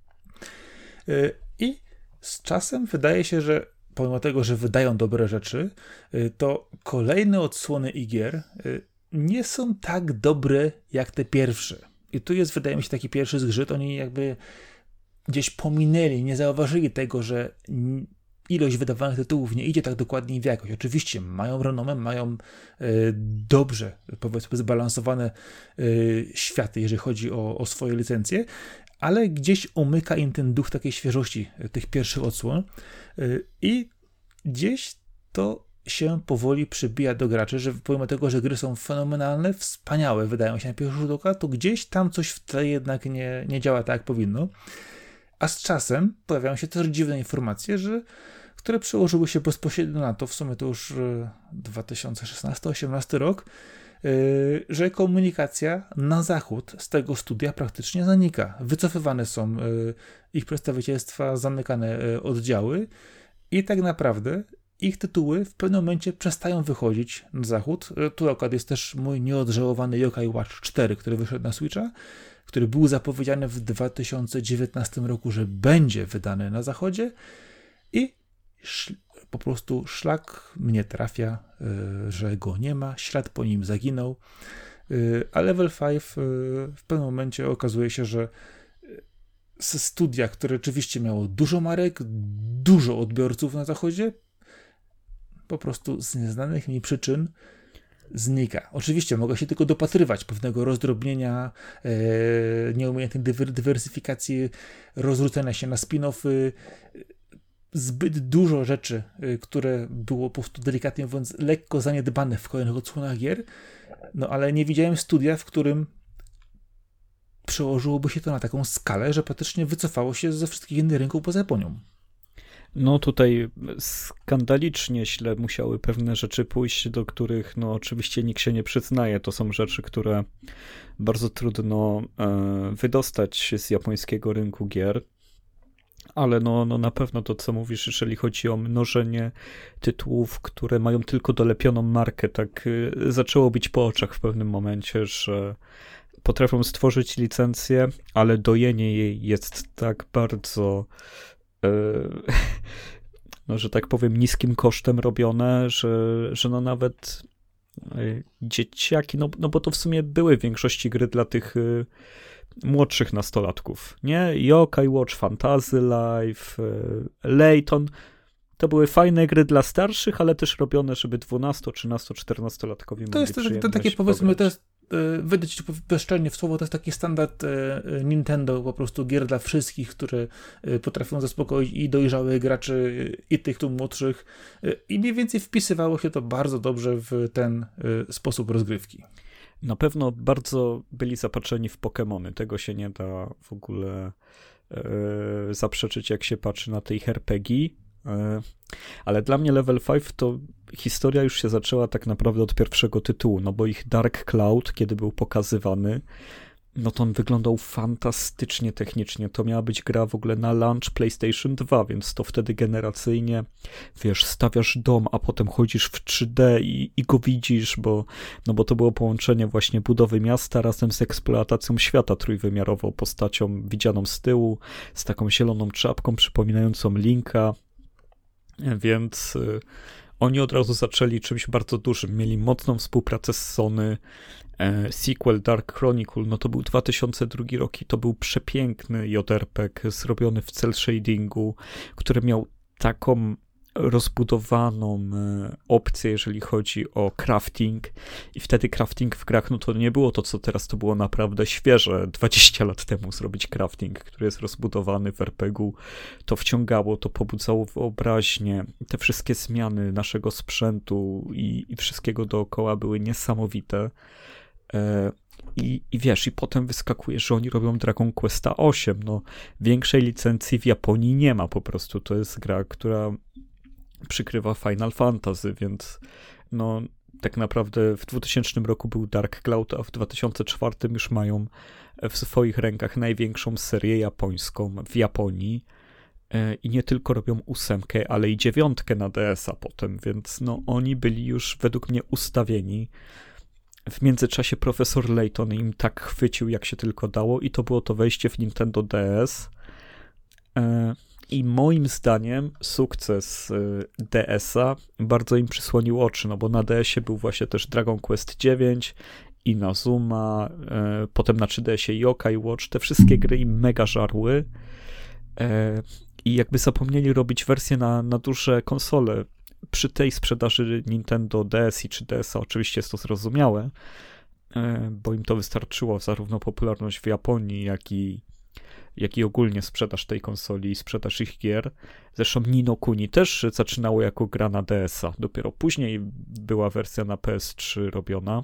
i z czasem wydaje się, że pomimo tego, że wydają dobre rzeczy, to kolejne odsłony gier nie są tak dobre jak te pierwsze. I tu jest, wydaje mi się, taki pierwszy zgrzyt. Oni jakby gdzieś pominęli, nie zauważyli tego, że ilość wydawanych tytułów nie idzie tak dokładnie w jakość. Oczywiście mają renomę, mają dobrze, powiedzmy, zbalansowane światy, jeżeli chodzi o swoje licencje, ale gdzieś umyka im ten duch takiej świeżości tych pierwszych odsłon i gdzieś to się powoli przybija do graczy, że pomimo tego, że gry są fenomenalne, wspaniałe, wydają się na pierwszy rzut oka, to gdzieś tam coś w tle jednak nie działa tak, jak powinno. A z czasem pojawiają się też dziwne informacje, które przełożyły się bezpośrednio na to, w sumie to już 2016-2018 rok, że komunikacja na zachód z tego studia praktycznie zanika. Wycofywane są ich przedstawicielstwa, zamykane oddziały i tak naprawdę ich tytuły w pewnym momencie przestają wychodzić na zachód. Tu akurat jest też mój nieodżałowany Yokai Watch 4, który wyszedł na Switcha, który był zapowiedziany w 2019 roku, że będzie wydany na zachodzie i po prostu szlak mnie trafia, że go nie ma, ślad po nim zaginął, a Level 5 w pewnym momencie okazuje się, że studia, które rzeczywiście miało dużo marek, dużo odbiorców na zachodzie, po prostu z nieznanych mi przyczyn znika. Oczywiście mogę się tylko dopatrywać pewnego rozdrobnienia, nieumiejętnej dywersyfikacji, rozrzucenia się na spin-offy, zbyt dużo rzeczy, które było po prostu delikatnie mówiąc lekko zaniedbane w kolejnych odsłonach gier, no ale nie widziałem studia, w którym przełożyłoby się to na taką skalę, że praktycznie wycofało się ze wszystkich innych rynków poza Japonią. No tutaj skandalicznie źle musiały pewne rzeczy pójść, do których no oczywiście nikt się nie przyznaje. To są rzeczy, które bardzo trudno wydostać z japońskiego rynku gier. Ale no na pewno to, co mówisz, jeżeli chodzi o mnożenie tytułów, które mają tylko dolepioną markę, tak zaczęło bić po oczach w pewnym momencie, że potrafią stworzyć licencję, ale dojenie jej jest tak bardzo, no, że tak powiem, niskim kosztem robione, że no nawet dzieciaki, no bo to w sumie były w większości gry dla tych młodszych nastolatków, nie? Yokai Watch, Fantasy Life, Layton, To były fajne gry dla starszych, ale też robione, żeby 12, 13, 14-latkowie mogli To takie, powiedzmy, to jest, wyjdę ci bezczelnie w słowo, to jest taki standard Nintendo, po prostu gier dla wszystkich, które potrafią zaspokoić i dojrzałych graczy, i tych tu młodszych. I mniej więcej wpisywało się to bardzo dobrze w ten sposób rozgrywki. Na pewno bardzo byli zapatrzeni w Pokemony. Tego się nie da w ogóle zaprzeczyć, jak się patrzy na te ich RPG. Ale dla mnie Level 5 to historia już się zaczęła tak naprawdę od pierwszego tytułu, no bo ich Dark Cloud, kiedy był pokazywany, no to on wyglądał fantastycznie technicznie. To miała być gra w ogóle na launch PlayStation 2, więc to wtedy generacyjnie, wiesz, stawiasz dom, a potem chodzisz w 3D i go widzisz, bo to było połączenie właśnie budowy miasta razem z eksploatacją świata trójwymiarową, postacią widzianą z tyłu, z taką zieloną czapką przypominającą Linka, więc oni od razu zaczęli czymś bardzo dużym. Mieli mocną współpracę z Sony. Sequel Dark Chronicle, no to był 2002 rok i to był przepiękny JRPG zrobiony w cel shadingu, który miał taką rozbudowaną opcję, jeżeli chodzi o crafting, i wtedy crafting w grach, no to nie było to, co teraz, to było naprawdę świeże. 20 lat temu zrobić crafting, który jest rozbudowany w RPG-u, to wciągało, to pobudzało wyobraźnię. Te wszystkie zmiany naszego sprzętu i wszystkiego dookoła były niesamowite. I wiesz, i potem wyskakuje, że oni robią Dragon Questa 8. No, większej licencji w Japonii nie ma po prostu. To jest gra, która przykrywa Final Fantasy, więc no tak naprawdę w 2000 roku był Dark Cloud, a w 2004 już mają w swoich rękach największą serię japońską w Japonii i nie tylko robią 8, ale i 9 na DS-a potem, więc no oni byli już według mnie ustawieni. W międzyczasie profesor Layton im tak chwycił, jak się tylko dało, i to było to wejście w Nintendo DS. I moim zdaniem sukces DS-a bardzo im przysłonił oczy, no bo na DS-ie był właśnie też Dragon Quest 9, Inazuma, potem na 3DS-ie Yokai Watch, te wszystkie gry im mega żarły i jakby zapomnieli robić wersję na duże konsole. Przy tej sprzedaży Nintendo DS i 3DS-a oczywiście jest to zrozumiałe, bo im to wystarczyło, zarówno popularność w Japonii, jak i ogólnie sprzedaż tej konsoli i sprzedaż ich gier. Zresztą Ni no Kuni też zaczynało jako gra na DS-a. Dopiero później była wersja na PS3 robiona.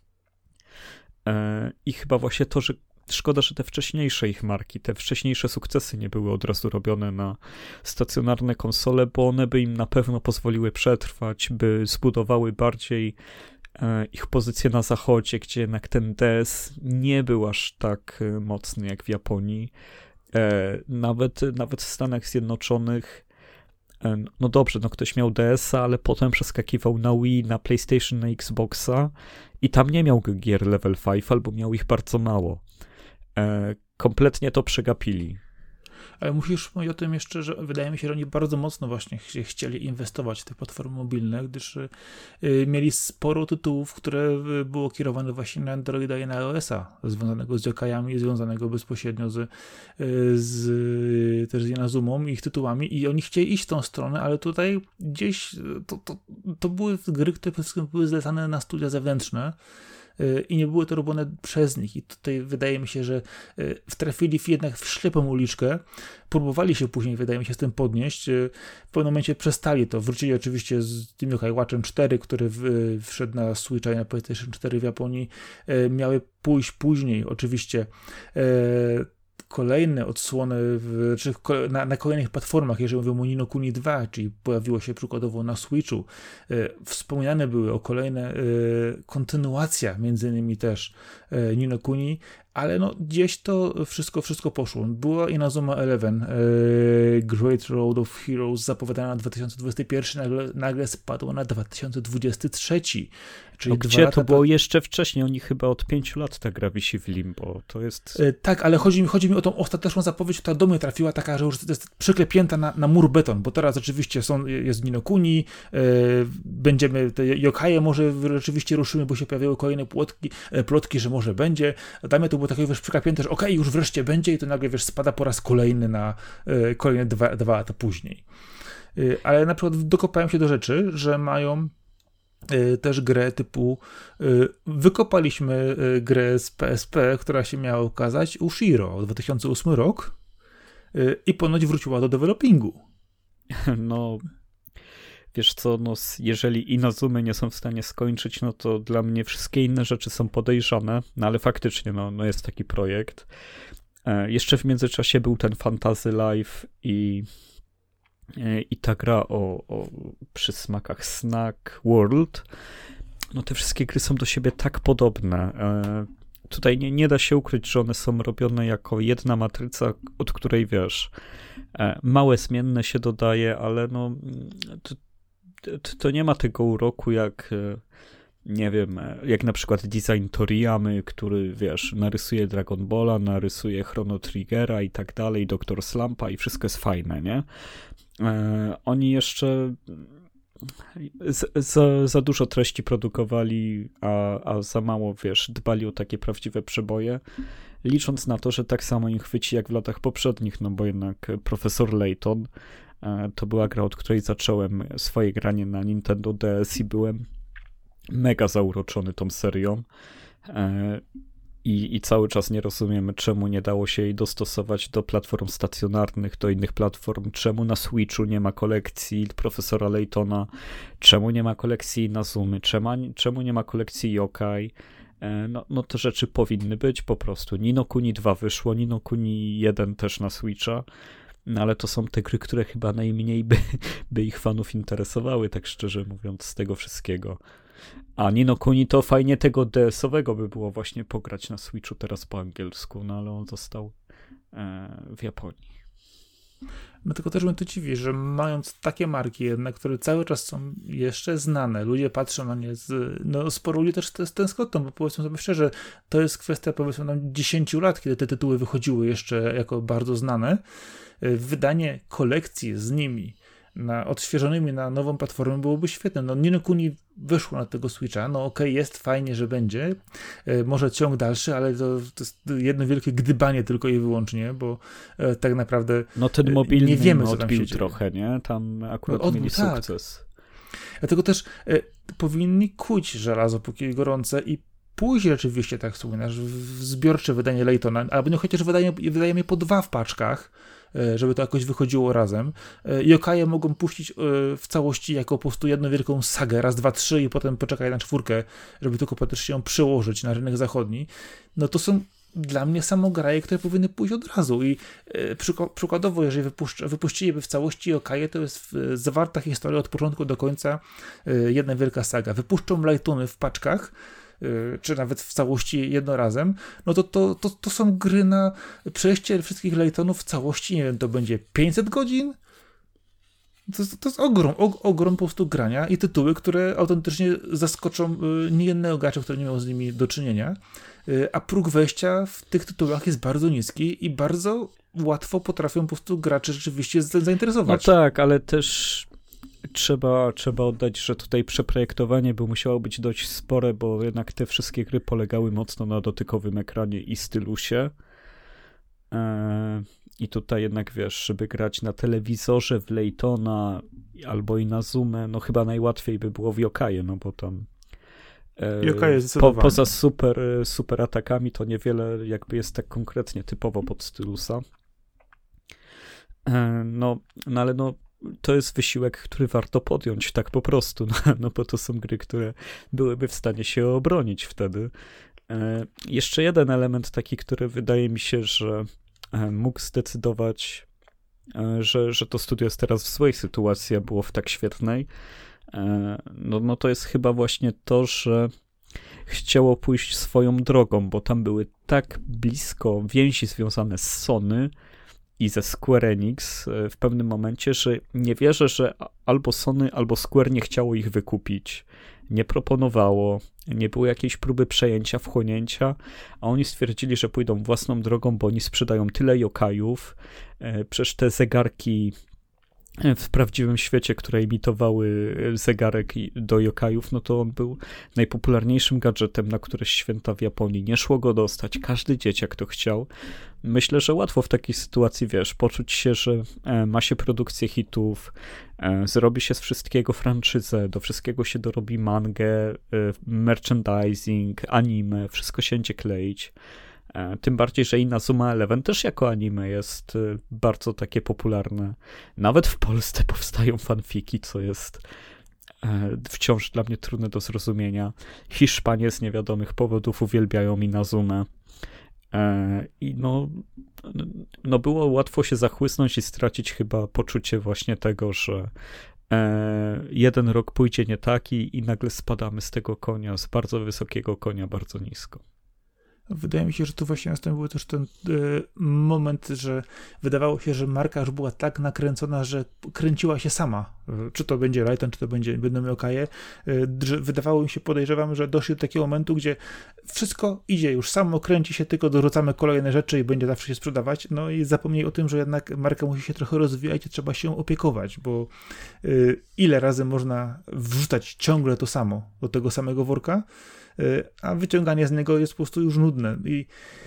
I chyba właśnie to, że szkoda, że te wcześniejsze ich marki, te wcześniejsze sukcesy nie były od razu robione na stacjonarne konsole, bo one by im na pewno pozwoliły przetrwać, by zbudowały bardziej ich pozycję na zachodzie, gdzie jednak ten DS nie był aż tak mocny jak w Japonii. Nawet w Stanach Zjednoczonych, no dobrze, no ktoś miał DS-a, ale potem przeskakiwał na Wii, na PlayStation, na Xboxa i tam nie miał gier Level 5, albo miał ich bardzo mało. Kompletnie to przegapili. Ale musisz mówić o tym jeszcze, że wydaje mi się, że oni bardzo mocno właśnie chcieli inwestować w te platformy mobilne, gdyż mieli sporo tytułów, które było kierowane właśnie na Androida i na iOS-a, związanego z yokajami, związanego bezpośrednio też z Inazumą i ich tytułami, i oni chcieli iść w tą stronę, ale tutaj gdzieś to były gry, które były zlecane na studia zewnętrzne, i nie były to robione przez nich. I tutaj wydaje mi się, że wtrafili jednak w ślepą uliczkę. Próbowali się później, wydaje mi się, z tym podnieść. W pewnym momencie przestali to. Wrócili oczywiście z tym Yokai Watchem 4, który wszedł na Switcha i na PlayStation 4 w Japonii. Miały pójść później oczywiście kolejne odsłony na kolejnych platformach, jeżeli mówimy o Ni no Kuni 2, czyli pojawiło się przykładowo na Switchu. Wspomniane były o kolejne kontynuacja, między innymi też Ni no Kuni, ale no gdzieś to wszystko poszło. Była Inazuma 11, Great Road of Heroes zapowiadana na 2021, nagle spadła na 2023. Czyli no gdzie to było jeszcze wcześniej? Oni chyba od 5 lat ta gra wisi w limbo. To jest... Tak, ale chodzi mi o tą ostateczną zapowiedź, która do mnie trafiła, taka, że już jest przyklepięta na mur beton, bo teraz oczywiście jest Ni no Kuni, będziemy, te yokaje może rzeczywiście ruszymy, bo się pojawiały kolejne plotki, że może będzie. Dla mnie to było takie, wiesz, przyklepięte, że okej, już wreszcie będzie, i to nagle, wiesz, spada po raz kolejny na kolejne 2 lata później. Ale na przykład dokopałem się do rzeczy, że mają też grę typu wykopaliśmy grę z PSP, która się miała ukazać u Shiro 2008 rok i ponoć wróciła do developingu. No, wiesz co, no, jeżeli Inazumy nie są w stanie skończyć, no to dla mnie wszystkie inne rzeczy są podejrzane, no ale faktycznie, no jest taki projekt. Jeszcze w międzyczasie był ten Fantasy Life i ta gra o przysmakach Snack World. No te wszystkie gry są do siebie tak podobne. Tutaj nie da się ukryć, że one są robione jako jedna matryca, od której wiesz, małe zmienne się dodaje, ale no to nie ma tego uroku jak nie wiem, jak na przykład design Toriyamy, który wiesz, narysuje Dragon Balla, narysuje Chrono Triggera i tak dalej, Dr. Slumpa i wszystko jest fajne, nie? Oni jeszcze za dużo treści produkowali, a za mało, wiesz, dbali o takie prawdziwe przeboje, licząc na to, że tak samo im chwyci jak w latach poprzednich, no bo jednak Profesor Layton to była gra, od której zacząłem swoje granie na Nintendo DS i byłem mega zauroczony tą serią. I cały czas nie rozumiemy, czemu nie dało się jej dostosować do platform stacjonarnych, do innych platform, czemu na Switchu nie ma kolekcji Profesora Laytona, czemu nie ma kolekcji Inazumy, czemu nie ma kolekcji Yokai. No te rzeczy powinny być po prostu. Ni no Kuni 2 wyszło, Ni no Kuni 1 też na Switcha, no ale to są te gry, które chyba najmniej by ich fanów interesowały, tak szczerze mówiąc, z tego wszystkiego. A Ni no Kuni to fajnie tego DS-owego by było właśnie pograć na Switchu teraz po angielsku, no ale on został w Japonii. No tylko też mnie to dziwi, że mając takie marki jednak, które cały czas są jeszcze znane, ludzie patrzą na nie sporo ludzi też z tęsknotą, bo powiedzmy sobie szczerze, to jest kwestia powiedzmy nam 10 lat, kiedy te tytuły wychodziły jeszcze jako bardzo znane. Wydanie kolekcji z nimi odświeżonymi na nową platformę byłoby świetne. No Ni no Kuni wyszło na tego Switcha, no okej, jest fajnie, że będzie, może ciąg dalszy, ale to jest jedno wielkie gdybanie tylko i wyłącznie, bo tak naprawdę no ten mobilny nie wiemy, co tam się trochę, nie? Tam akurat mieli sukces. Dlatego też powinni kuć żelazo póki gorące i pójść rzeczywiście, tak wspominasz, w zbiorcze wydanie Laytona, albo nie chociaż wydajemy po 2 w paczkach, żeby to jakoś wychodziło razem. Yokaje mogą puścić w całości jako po prostu jedną wielką sagę, raz, dwa, trzy i potem poczekaj na 4, żeby tylko potem się ją przełożyć na rynek zachodni. No to są dla mnie samograje, które powinny pójść od razu i przykładowo, jeżeli wypuściliby w całości Yokaje, to jest zawarta historia od początku do końca, jedna wielka saga. Wypuszczą Laytony w paczkach, czy nawet w całości jednorazem, no to są gry na przejście wszystkich Laytonów w całości, nie wiem, to będzie 500 godzin? To jest ogrom po prostu grania i tytuły, które autentycznie zaskoczą niejednego gracza, który nie miał z nimi do czynienia, a próg wejścia w tych tytułach jest bardzo niski i bardzo łatwo potrafią po prostu gracze rzeczywiście zainteresować. No tak, ale też trzeba oddać, że tutaj przeprojektowanie by musiało być dość spore, bo jednak te wszystkie gry polegały mocno na dotykowym ekranie i stylusie. I tutaj jednak wiesz, żeby grać na telewizorze w Laytona albo Inazumę, no chyba najłatwiej by było w Yokaje, no bo tam poza super atakami to niewiele jakby jest tak konkretnie typowo pod stylusa. No ale to jest wysiłek, który warto podjąć, tak po prostu, no bo to są gry, które byłyby w stanie się obronić wtedy. Jeszcze jeden element taki, który wydaje mi się, że mógł zdecydować, że to studio jest teraz w złej sytuacji, a było w tak świetnej, no to jest chyba właśnie to, że chciało pójść swoją drogą, bo tam były tak blisko więzi związane z Sony i ze Square Enix w pewnym momencie, że nie wierzę, że albo Sony, albo Square nie chciało ich wykupić. Nie proponowało, nie było jakiejś próby przejęcia, wchłonięcia, a oni stwierdzili, że pójdą własną drogą, bo oni sprzedają tyle yokajów. Przecież te zegarki w prawdziwym świecie, które imitowały zegarek do yokajów, no to on był najpopularniejszym gadżetem na któreś święta w Japonii. Nie szło go dostać, każdy dzieciak to chciał. myślę, że łatwo w takiej sytuacji, wiesz, poczuć się, że ma się produkcję hitów, zrobi się z wszystkiego franczyzę, do wszystkiego się dorobi mangę, merchandising, anime, wszystko się będzie kleić. Tym bardziej, że Inazuma Eleven też jako anime jest bardzo takie popularne. Nawet w Polsce powstają fanfiki, co jest wciąż dla mnie trudne do zrozumienia. Hiszpanie z niewiadomych powodów uwielbiają Inazumę. I no było łatwo się zachłysnąć i stracić chyba poczucie właśnie tego, że jeden rok pójdzie nie tak i nagle spadamy z tego konia, z bardzo wysokiego konia, bardzo nisko. Wydaje mi się, że tu właśnie nastąpił też ten moment, że wydawało się, że marka już była tak nakręcona, że kręciła się sama. Czy to będzie Lighten, czy to będą yokaje. Wydawało mi się, podejrzewam, że doszli do takiego momentu, gdzie wszystko idzie już samo, kręci się, tylko dorzucamy kolejne rzeczy i będzie zawsze się sprzedawać. No i zapomnij o tym, że jednak marka musi się trochę rozwijać i trzeba się opiekować, bo ile razy można wrzucać ciągle to samo do tego samego worka, a wyciąganie z niego jest po prostu już nudne. I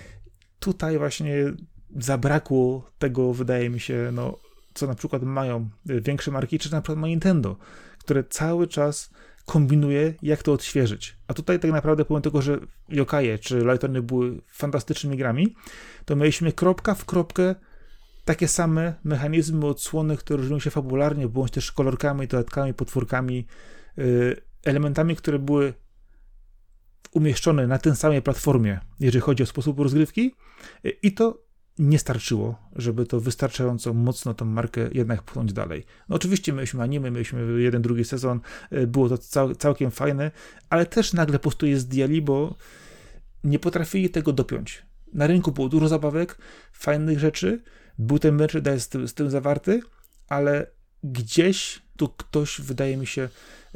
tutaj właśnie zabrakło tego, wydaje mi się, co na przykład mają większe marki, czy na przykład ma Nintendo, które cały czas kombinuje, jak to odświeżyć. A tutaj tak naprawdę pomimo tego, że yokaje czy Lightony były fantastycznymi grami, to mieliśmy kropka w kropkę takie same mechanizmy, odsłony, które różnią się fabularnie, bądź też kolorkami, dodatkami, potwórkami, elementami, które były umieszczone na tej samej platformie, jeżeli chodzi o sposób rozgrywki, i to nie starczyło, żeby to wystarczająco mocno tą markę jednak pchnąć dalej. No oczywiście mieliśmy anime, mieliśmy jeden, drugi sezon, było to całkiem fajne, ale też nagle po prostu je zdjęli, bo nie potrafili tego dopiąć. Na rynku było dużo zabawek, fajnych rzeczy, był ten merchandise z tym zawarty, ale gdzieś tu ktoś, wydaje mi się,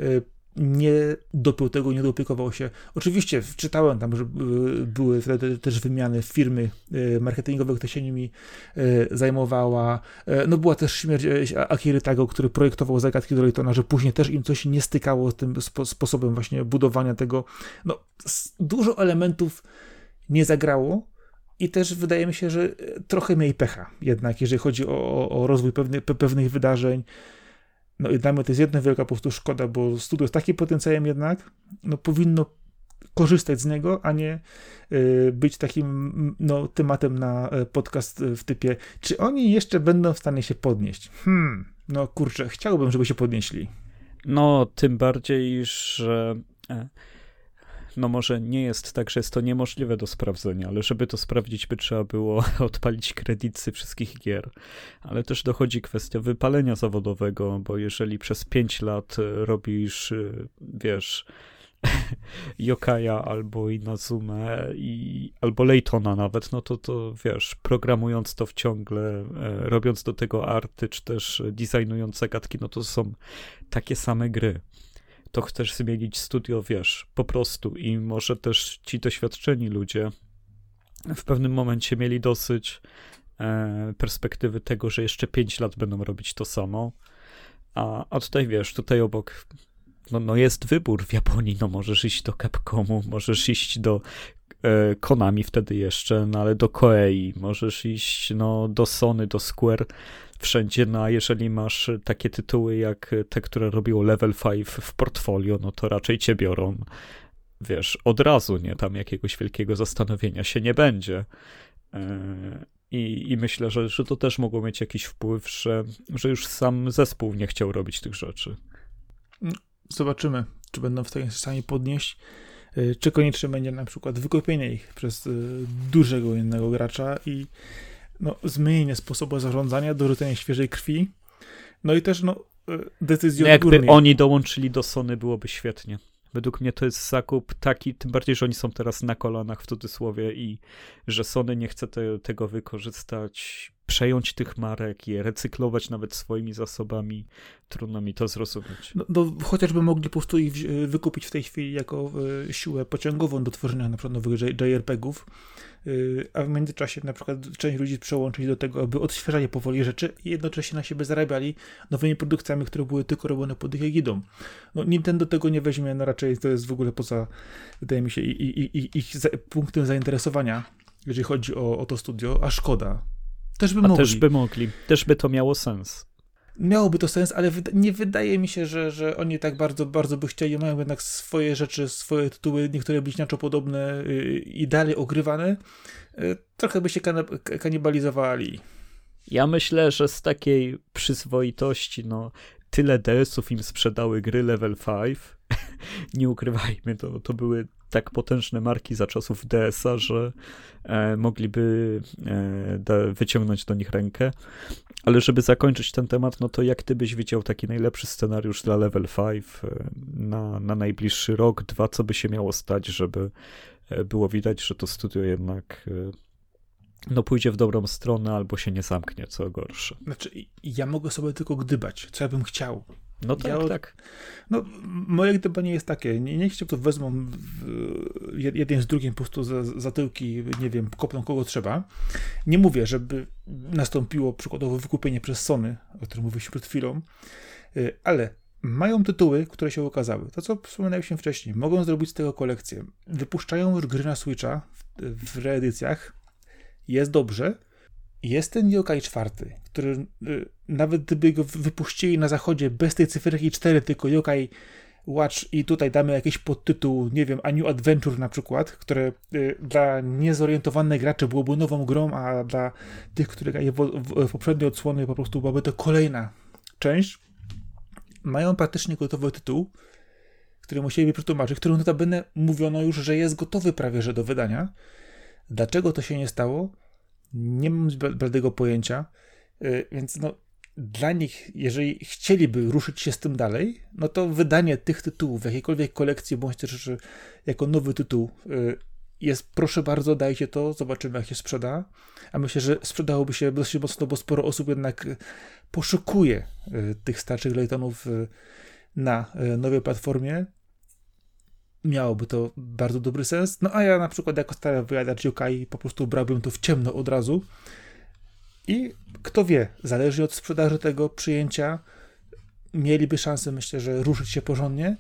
nie dopiął tego, nie doopiekował się. Oczywiście czytałem tam, że były wtedy też wymiany firmy marketingowe, która się nimi zajmowała. No była też śmierć Akiry Tago, który projektował zagadki do Laytona, że później też im coś nie stykało z tym sposobem właśnie budowania tego. No dużo elementów nie zagrało i też wydaje mi się, że trochę mieli pecha jednak, jeżeli chodzi o rozwój pewnych wydarzeń. No i dla mnie to jest jedna wielka po prostu szkoda, bo studio z takim potencjałem jednak powinno korzystać z niego, a nie być takim tematem na podcast w typie, czy oni jeszcze będą w stanie się podnieść? No kurczę, chciałbym, żeby się podnieśli. No, tym bardziej, że no może nie jest tak, że jest to niemożliwe do sprawdzenia, ale żeby to sprawdzić, by trzeba było odpalić kredyty wszystkich gier. Ale też dochodzi kwestia wypalenia zawodowego, bo jeżeli przez 5 lat robisz, wiesz, yokaja albo Inazumę albo Laytona nawet, no to wiesz, programując to wciągle, robiąc do tego arty, czy też designując zagadki, no to są takie same gry. To chcesz zmienić studio, wiesz, po prostu i może też ci doświadczeni ludzie w pewnym momencie mieli dosyć perspektywy tego, że jeszcze 5 lat będą robić to samo, a tutaj wiesz, tutaj obok no jest wybór w Japonii, no możesz iść do Capcomu, możesz iść do Konami wtedy jeszcze, no ale do Koei, możesz iść do Sony, do Square, wszędzie, no a jeżeli masz takie tytuły jak te, które robiło Level 5 w portfolio, no to raczej cię biorą, wiesz, od razu, nie? Tam jakiegoś wielkiego zastanowienia się nie będzie. I myślę, że to też mogło mieć jakiś wpływ, że już sam zespół nie chciał robić tych rzeczy. Zobaczymy, czy będą w stanie sami podnieść, czy koniecznie będzie na przykład wykupienie ich przez dużego innego gracza i zmienienie sposobu zarządzania, dorzucenie świeżej krwi, no i też decyzji odgórnej. Jakby oni dołączyli do Sony, byłoby świetnie. Według mnie to jest zakup taki, tym bardziej, że oni są teraz na kolanach w cudzysłowie i że Sony nie chce tego wykorzystać, przejąć tych marek, je recyklować nawet swoimi zasobami. Trudno mi to zrozumieć. No chociażby mogli po prostu ich wykupić w tej chwili jako siłę pociągową do tworzenia na przykład nowych JRPG-ów, a w międzyczasie na przykład część ludzi przełączyć do tego, aby odświeżali powoli rzeczy i jednocześnie na siebie zarabiali nowymi produkcjami, które były tylko robione pod ich egidą. No Nintendo tego nie weźmie, raczej to jest w ogóle poza, wydaje mi się, ich punktem zainteresowania. jeżeli chodzi o to studio, a szkoda. Też by mogli. Też by mogli. Też by to miało sens. Miałoby to sens, ale nie wydaje mi się, że oni tak bardzo, bardzo by chcieli. Mają jednak swoje rzeczy, swoje tytuły, niektóre bliźniaczo podobne i dalej ogrywane. Trochę by się kanibalizowali. Ja myślę, że z takiej przyzwoitości, tyle DS-ów im sprzedały gry Level 5. Nie ukrywajmy, to były tak potężne marki za czasów DS-a, że mogliby wyciągnąć do nich rękę. Ale żeby zakończyć ten temat, to jak ty byś widział taki najlepszy scenariusz dla Level 5 na najbliższy rok, 2, co by się miało stać, żeby było widać, że to studio jednak pójdzie w dobrą stronę albo się nie zamknie, co gorsze. Znaczy, ja mogę sobie tylko gdybać, co ja bym chciał. No tak, tak. Moje gdybanie jest takie, niech się to wezmą jeden z drugim po prostu za tyłki, nie wiem, kopną kogo trzeba. Nie mówię, żeby nastąpiło przykładowo wykupienie przez Sony, o którym mówiliśmy przed chwilą, ale mają tytuły, które się ukazały. To, co wspominaliśmy wcześniej, mogą zrobić z tego kolekcję. Wypuszczają już gry na Switcha w reedycjach. Jest dobrze. Jest ten Yokai 4, który nawet gdyby go wypuścili na zachodzie bez tej cyferki 4, tylko Yokai Watch i tutaj damy jakiś podtytuł, nie wiem, A New Adventure na przykład, które dla niezorientowanych graczy byłoby nową grą, a dla tych, którzy grają w poprzedniej odsłony po prostu byłaby to kolejna część. Mają praktycznie gotowy tytuł, który musieliby przetłumaczyć, który notabene mówiono już, że jest gotowy prawie że do wydania. Dlaczego to się nie stało? Nie mam bladego pojęcia, więc dla nich, jeżeli chcieliby ruszyć się z tym dalej, to wydanie tych tytułów w jakiejkolwiek kolekcji, bądź też jako nowy tytuł jest, proszę bardzo, dajcie to, zobaczymy jak się sprzeda, a myślę, że sprzedałoby się dosyć mocno, bo sporo osób jednak poszukuje tych starszych Laytonów na nowej platformie. Miałoby to bardzo dobry sens. A ja na przykład jako stary wyjadacz Yokai po prostu brałbym to w ciemno od razu. I kto wie, zależnie od sprzedaży tego przyjęcia, mieliby szansę, myślę, że ruszyć się porządnie.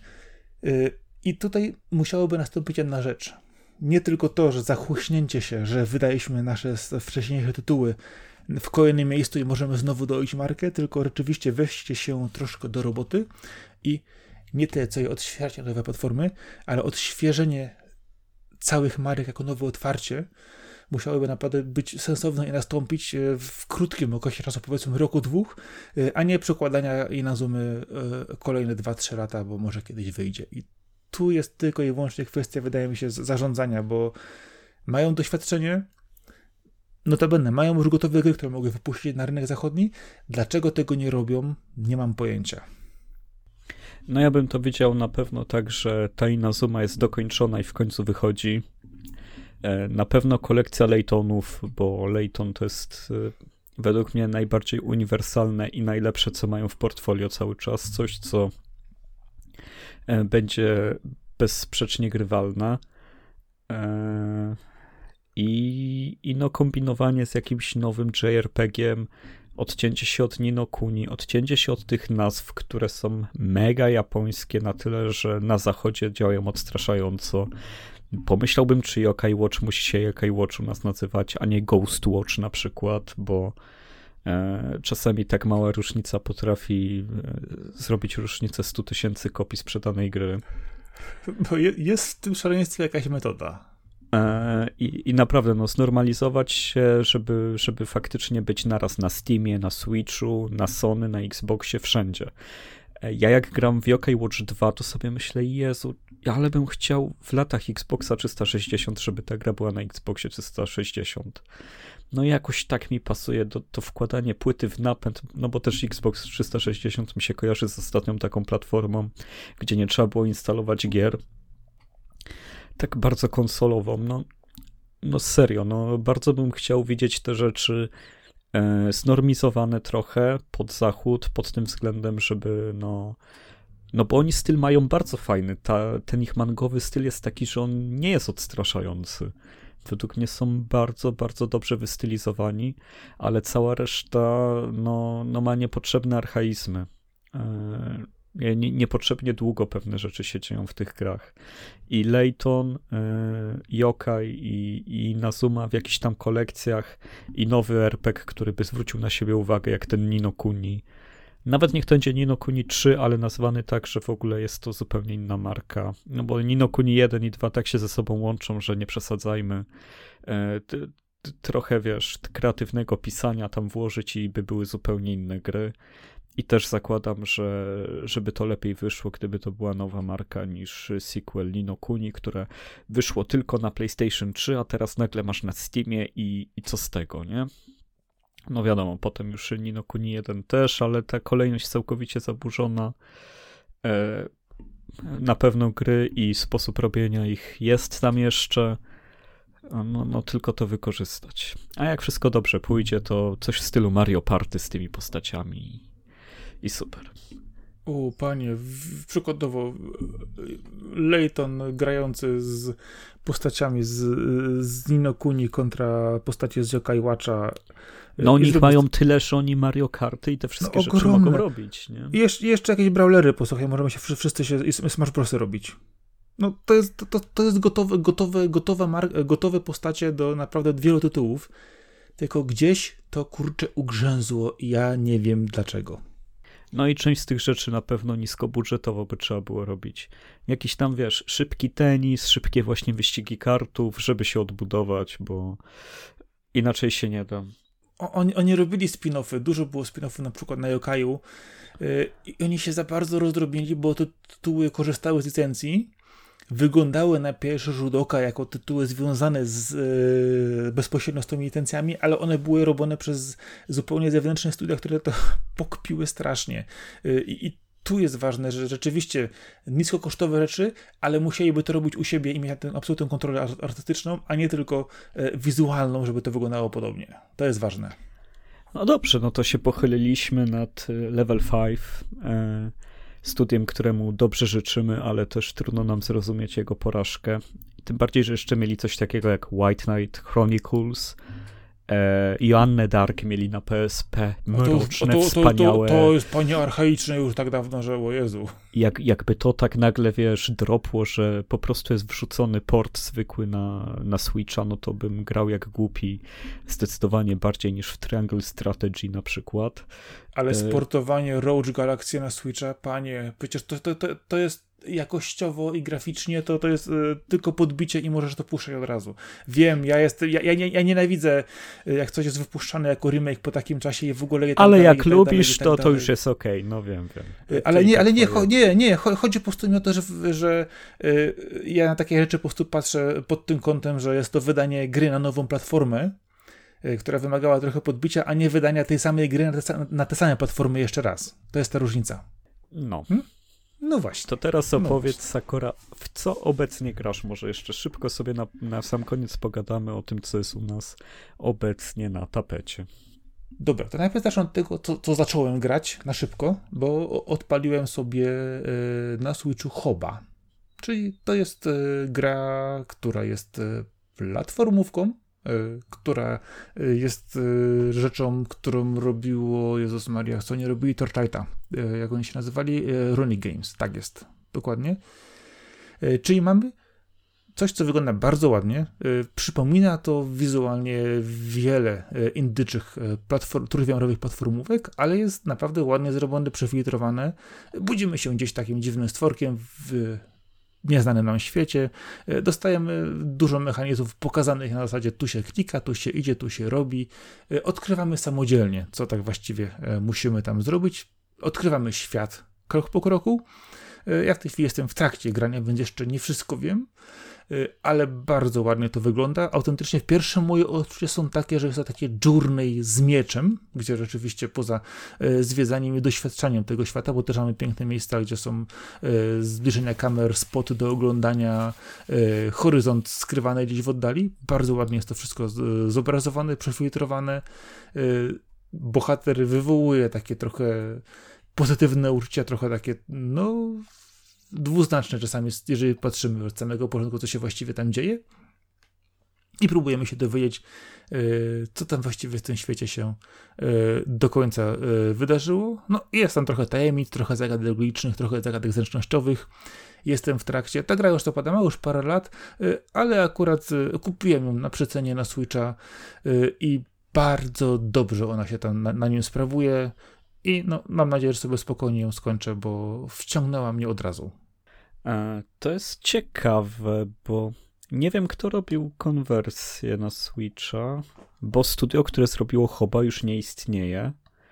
I tutaj musiałoby nastąpić jedna rzecz. Nie tylko to, że zachłyśnięcie się, że wydaliśmy nasze wcześniejsze tytuły w kolejnym miejscu i możemy znowu doić markę, tylko rzeczywiście weźcie się troszkę do roboty i nie tyle, co je odświeżać nowe platformy, ale odświeżenie całych marek jako nowe otwarcie musiałoby naprawdę być sensowne i nastąpić w krótkim okresie czasu, powiedzmy roku, 2, a nie przekładania i na zoomy kolejne 2-3 lata, bo może kiedyś wyjdzie. I tu jest tylko i wyłącznie kwestia, wydaje mi się, zarządzania, bo mają doświadczenie, notabene mają już gotowe gry, które mogły wypuścić na rynek zachodni. Dlaczego tego nie robią? Nie mam pojęcia. Ja bym to widział na pewno tak, że ta Inazuma jest dokończona i w końcu wychodzi. Na pewno kolekcja Laytonów, bo Layton to jest według mnie najbardziej uniwersalne i najlepsze, co mają w portfolio cały czas. Coś, co będzie bezsprzecznie grywalne. I kombinowanie z jakimś nowym JRPG-iem, odcięcie się od Ni no Kuni, odcięcie się od tych nazw, które są mega japońskie na tyle, że na zachodzie działają odstraszająco. Pomyślałbym, czy Yokai Watch musi się Yokai Watch u nas nazywać, a nie Ghost Watch na przykład, bo czasami tak mała różnica potrafi zrobić różnicę 100 000 kopii sprzedanej gry. Bo jest w tym szaleństwie jakaś metoda. I naprawdę znormalizować się, żeby faktycznie być naraz na Steamie, na Switchu, na Sony, na Xboxie, wszędzie. Ja jak gram w Yokai Watch 2, to sobie myślę, Jezu, ale bym chciał w latach Xboxa 360, żeby ta gra była na Xboxie 360. Jakoś tak mi pasuje to wkładanie płyty w napęd, bo też Xbox 360 mi się kojarzy z ostatnią taką platformą, gdzie nie trzeba było instalować gier. Tak bardzo konsolową. Serio, bardzo bym chciał widzieć te rzeczy znormizowane trochę pod zachód, pod tym względem, żeby bo oni styl mają bardzo fajny. Ten ich mangowy styl jest taki, że on nie jest odstraszający. Według mnie są bardzo, bardzo dobrze wystylizowani, ale cała reszta ma niepotrzebne archaizmy. Niepotrzebnie długo pewne rzeczy się dzieją w tych grach. I Layton, Yokai i Inazuma w jakichś tam kolekcjach i nowy RPG, który by zwrócił na siebie uwagę, jak ten Ni no Kuni. Nawet niech to będzie Ni no Kuni 3, ale nazwany tak, że w ogóle jest to zupełnie inna marka. No bo Ni no Kuni 1 i 2 tak się ze sobą łączą, że nie przesadzajmy. Trochę, wiesz, kreatywnego pisania tam włożyć i by były zupełnie inne gry. I też zakładam, że żeby to lepiej wyszło, gdyby to była nowa marka niż sequel Ni no Kuni, które wyszło tylko na PlayStation 3, a teraz nagle masz na Steamie i co z tego, nie? No wiadomo, potem już Ni no Kuni 1 też, ale ta kolejność całkowicie zaburzona. Na pewno gry i sposób robienia ich jest tam jeszcze. No tylko to wykorzystać. A jak wszystko dobrze pójdzie, to coś w stylu Mario Party z tymi postaciami i super. Panie, przykładowo Layton grający z postaciami z Ni no Kuni kontra postacie z Yokai Watcha. No oni mają tyle, że oni Mario Karty i te wszystkie rzeczy mogą robić. Nie? Jeszcze jakieś brawlery, posłuchaj, możemy się wszyscy Smash Brosy robić. No to jest gotowe postacie do naprawdę wielu tytułów, tylko gdzieś to kurczę ugrzęzło i ja nie wiem dlaczego. No i część z tych rzeczy na pewno niskobudżetowo by trzeba było robić. Jakiś tam, wiesz, szybki tenis, szybkie właśnie wyścigi kartów, żeby się odbudować, bo inaczej się nie da. Oni robili spin-offy, dużo było spin-offów na przykład na Yokai'u i oni się za bardzo rozdrobnili, bo te tytuły korzystały z licencji, wyglądały na pierwszy rzut oka jako tytuły związane bezpośrednio z tymi licencjami, ale one były robione przez zupełnie zewnętrzne studia, które to pokpiły strasznie. I tu jest ważne, że rzeczywiście niskokosztowe rzeczy, ale musieliby to robić u siebie i mieć tę absolutną kontrolę artystyczną, a nie tylko wizualną, żeby to wyglądało podobnie. To jest ważne. No dobrze, no to się pochyliliśmy nad Level 5, studiem, któremu dobrze życzymy, ale też trudno nam zrozumieć jego porażkę. Tym bardziej, że jeszcze mieli coś takiego jak White Knight Chronicles, Joannę Dark mieli na PSP, mroczne, wspaniałe. To jest, panie, archaiczne już tak dawno, że o Jezu. Jakby to tak nagle, wiesz, dropło, że po prostu jest wrzucony port zwykły na Switcha, no to bym grał jak głupi zdecydowanie bardziej niż w Triangle Strategy na przykład. Ale sportowanie Rogue Galaxy na Switcha, panie, przecież to jest jakościowo i graficznie to jest tylko podbicie i możesz to puszczać od razu. Wiem, ja nienawidzę, jak coś jest wypuszczane jako remake po takim czasie i w ogóle... Ale jak lubisz, to już jest okej, no wiem. Nie, chodzi po prostu mi o to, że ja na takie rzeczy po prostu patrzę pod tym kątem, że jest to wydanie gry na nową platformę, która wymagała trochę podbicia, a nie wydania tej samej gry na te same platformy jeszcze raz. To jest ta różnica. No. No właśnie. To teraz opowiedz, Sakura, w co obecnie grasz? Może jeszcze szybko sobie na sam koniec pogadamy o tym, co jest u nas obecnie na tapecie. Dobra, to najpierw zacznę od tego, co zacząłem grać na szybko, bo odpaliłem sobie na Switchu Hoba. Czyli to jest gra, która jest platformówką, która jest rzeczą, którą robiło, Jezus Maria, co nie robili Torchlighta, jak oni się nazywali, Runic Games, tak jest, dokładnie. Czyli mamy coś, co wygląda bardzo ładnie, przypomina to wizualnie wiele indyczych trójwymiarowych platformówek, ale jest naprawdę ładnie zrobione, przefiltrowane. Budzimy się gdzieś takim dziwnym stworkiem w nieznanym nam świecie, dostajemy dużo mechanizmów pokazanych na zasadzie tu się klika, tu się idzie, tu się robi, odkrywamy samodzielnie, co tak właściwie musimy tam zrobić, odkrywamy świat krok po kroku. Ja w tej chwili jestem w trakcie grania, więc jeszcze nie wszystko wiem, ale bardzo ładnie to wygląda. Autentycznie pierwsze moje odczucia są takie, że jest to takie journey z mieczem, gdzie rzeczywiście poza zwiedzaniem i doświadczaniem tego świata, bo też mamy piękne miejsca, gdzie są zbliżenia kamer, spoty do oglądania, horyzont skrywany gdzieś w oddali. Bardzo ładnie jest to wszystko zobrazowane, przefiltrowane. Bohater wywołuje takie trochę pozytywne uczucia, trochę takie, no, dwuznaczne czasami, jeżeli patrzymy od samego początku, co się właściwie tam dzieje. i próbujemy się dowiedzieć, co tam właściwie w tym świecie się do końca wydarzyło. No jest tam trochę tajemnic, trochę zagadek logicznych, trochę zagadek zręcznościowych. Jestem w trakcie. Ta gra już to pada, ma już parę lat, ale akurat kupiłem ją na przecenie na Switcha i bardzo dobrze ona się tam na nim sprawuje i no, mam nadzieję, że sobie spokojnie ją skończę, bo wciągnęła mnie od razu. To jest ciekawe, bo nie wiem, kto robił konwersję na Switcha, bo studio, które zrobiło Hoba, już nie istnieje.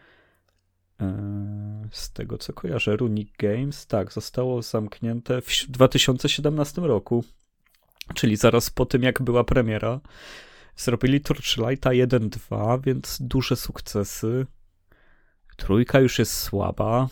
Z tego, co kojarzę, Runic Games, tak, zostało zamknięte w 2017 roku, czyli zaraz po tym, jak była premiera. Zrobili Torchlighta 1-2, więc duże sukcesy. 3 już jest słaba.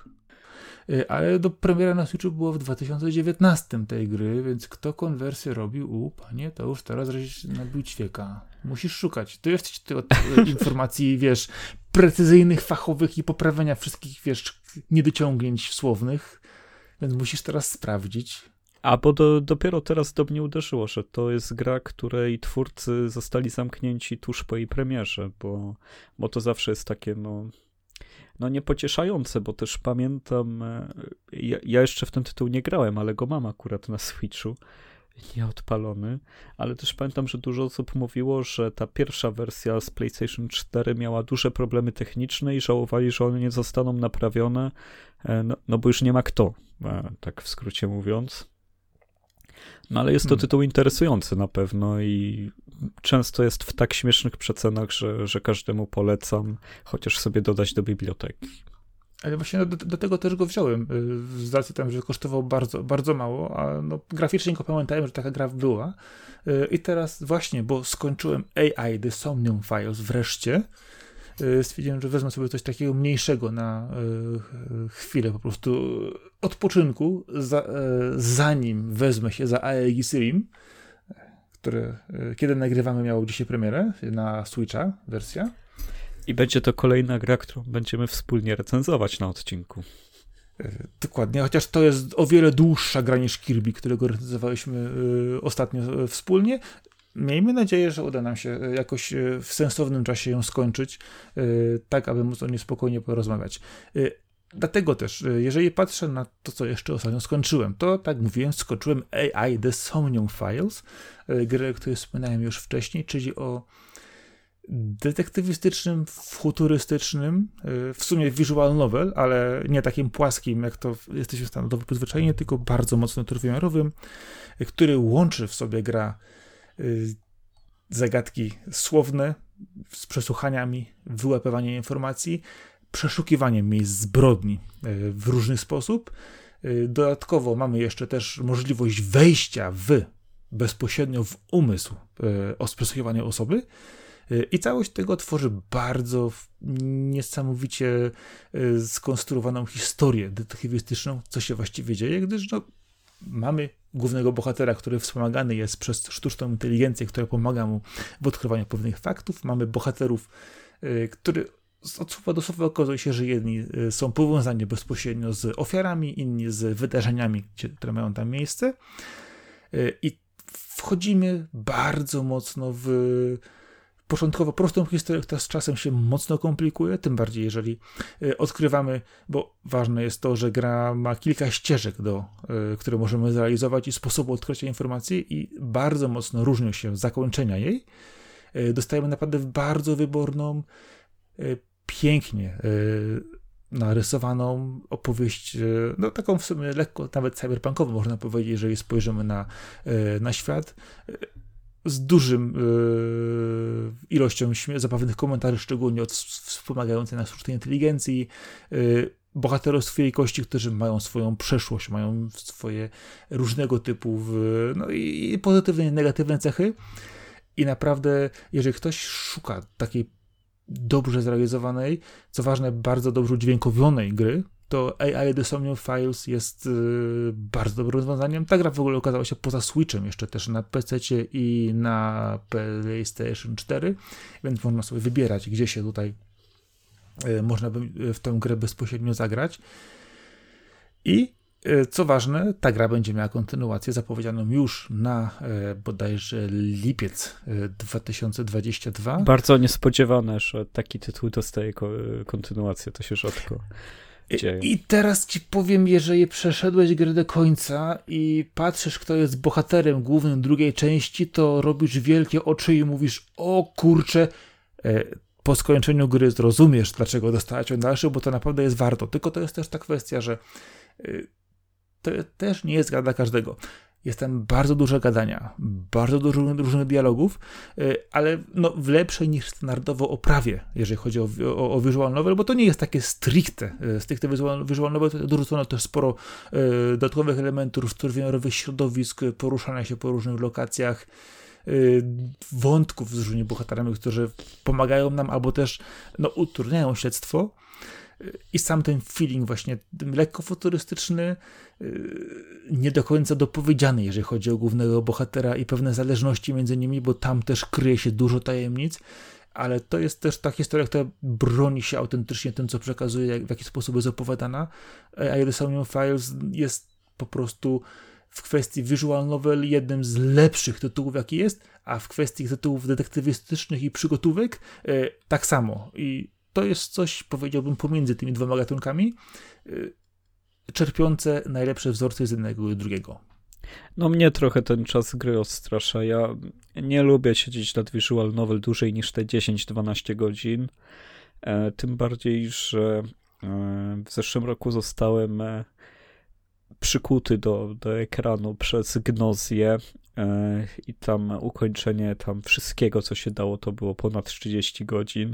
Ale do premiera na Switchu było w 2019 tej gry, więc kto konwersję robił? Panie, to już teraz nabił ćwieka. Musisz szukać. To jesteś ty od informacji, wiesz, precyzyjnych, fachowych i poprawienia wszystkich, wiesz, niedociągnięć słownych, więc musisz teraz sprawdzić. Bo dopiero teraz do mnie uderzyło, że to jest gra, której twórcy zostali zamknięci tuż po jej premierze, bo to zawsze jest takie, no niepocieszające, bo też pamiętam, ja jeszcze w ten tytuł nie grałem, ale go mam akurat na Switchu, nieodpalony, ale też pamiętam, że dużo osób mówiło, że ta pierwsza wersja z PlayStation 4 miała duże problemy techniczne i żałowali, że one nie zostaną naprawione, no bo już nie ma kto, tak w skrócie mówiąc. No ale jest to tytuł interesujący na pewno i często jest w tak śmiesznych przecenach, że każdemu polecam, chociaż sobie dodać do biblioteki. Ale właśnie do tego też go wziąłem, z racji tam, że kosztował bardzo, bardzo mało, a no, graficznie go pamiętałem, że taka gra była. I teraz właśnie, bo skończyłem AI The Somnium Files wreszcie, stwierdziłem, że wezmę sobie coś takiego mniejszego na chwilę po prostu odpoczynku, zanim wezmę się za Aegis Rim, które kiedy nagrywamy miało dzisiaj premierę na Switcha wersja. I będzie to kolejna gra, którą będziemy wspólnie recenzować na odcinku. Dokładnie, chociaż to jest o wiele dłuższa gra niż Kirby, którego recenzowaliśmy ostatnio wspólnie. Miejmy nadzieję, że uda nam się jakoś w sensownym czasie ją skończyć, tak aby móc o niej spokojnie porozmawiać. Dlatego też, jeżeli patrzę na to, co jeszcze ostatnio skończyłem, to tak mówiłem, skończyłem AI The Somnium Files, grę, o której wspominałem już wcześniej, czyli o detektywistycznym, futurystycznym, w sumie visual novel, ale nie takim płaskim, jak to jesteśmy standardowo przyzwyczajeni, tylko bardzo mocno trójwymiarowym, który łączy w sobie gra zagadki słowne z przesłuchaniami, wyłapywaniem informacji, przeszukiwaniem miejsc zbrodni w różny sposób. Dodatkowo mamy jeszcze też możliwość wejścia bezpośrednio w umysł przesłuchiwania osoby i całość tego tworzy bardzo niesamowicie skonstruowaną historię detektywistyczną, co się właściwie dzieje, gdyż mamy głównego bohatera, który wspomagany jest przez sztuczną inteligencję, która pomaga mu w odkrywaniu pewnych faktów. Mamy bohaterów, który od słowa do słowa okazuje się, że jedni są powiązani bezpośrednio z ofiarami, inni z wydarzeniami, które mają tam miejsce. I wchodzimy bardzo mocno w początkowo prostą historię, która z czasem się mocno komplikuje, tym bardziej jeżeli odkrywamy, bo ważne jest to, że gra ma kilka ścieżek, które możemy zrealizować i sposobu odkrycia informacji i bardzo mocno różnią się zakończenia jej. Dostajemy naprawdę bardzo wyborną, pięknie narysowaną opowieść, no taką w sumie lekko nawet cyberpunkową można powiedzieć, jeżeli spojrzymy na świat, z dużym ilością zabawnych komentarzy, szczególnie od wspomagającej nas sztucznej inteligencji, bohaterów jej kości, którzy mają swoją przeszłość, mają swoje różnego typu i pozytywne i negatywne cechy. I naprawdę, jeżeli ktoś szuka takiej dobrze zrealizowanej, co ważne, bardzo dobrze udźwiękowionej gry, to AI The Somnium Files jest bardzo dobrym rozwiązaniem. Ta gra w ogóle okazała się poza Switchem jeszcze też na PC-cie i na PlayStation 4, więc można sobie wybierać, gdzie się tutaj można by w tę grę bezpośrednio zagrać. I Co ważne, ta gra będzie miała kontynuację zapowiedzianą już na bodajże lipiec 2022. Bardzo niespodziewane, że taki tytuł dostaje kontynuację, to się rzadko dzieje. I teraz ci powiem, jeżeli przeszedłeś grę do końca i patrzysz, kto jest bohaterem głównym drugiej części, to robisz wielkie oczy i mówisz, o kurczę, po skończeniu gry zrozumiesz, dlaczego dostała cię dalszy, bo to naprawdę jest warto. Tylko to jest też ta kwestia, że to też nie jest gra dla każdego. Jest tam bardzo dużo gadania, bardzo dużo różnych dialogów, ale no w lepszej niż standardowo oprawie, jeżeli chodzi o visual novel, bo to nie jest takie stricte visual novel, to dorzucono też sporo dodatkowych elementów, trójwymiarowych środowisk, poruszania się po różnych lokacjach, wątków z różnymi bohaterami, którzy pomagają nam albo też utrudniają śledztwo. I sam ten feeling właśnie lekko futurystyczny, nie do końca dopowiedziany, jeżeli chodzi o głównego bohatera i pewne zależności między nimi, bo tam też kryje się dużo tajemnic, ale to jest też ta historia, która broni się autentycznie tym, co przekazuje, w jaki sposób jest opowiadana. A The Somnium Files jest po prostu w kwestii visual novel jednym z lepszych tytułów, jaki jest, a w kwestii tytułów detektywistycznych i przygotówek tak samo. I to jest coś, powiedziałbym, pomiędzy tymi dwoma gatunkami, czerpiące najlepsze wzorce z jednego i drugiego. No mnie trochę ten czas gry odstrasza. Ja nie lubię siedzieć nad visual novel dłużej niż te 10-12 godzin. Tym bardziej, że w zeszłym roku zostałem przykuty do ekranu przez Gnozję i tam ukończenie tam wszystkiego, co się dało, to było ponad 30 godzin.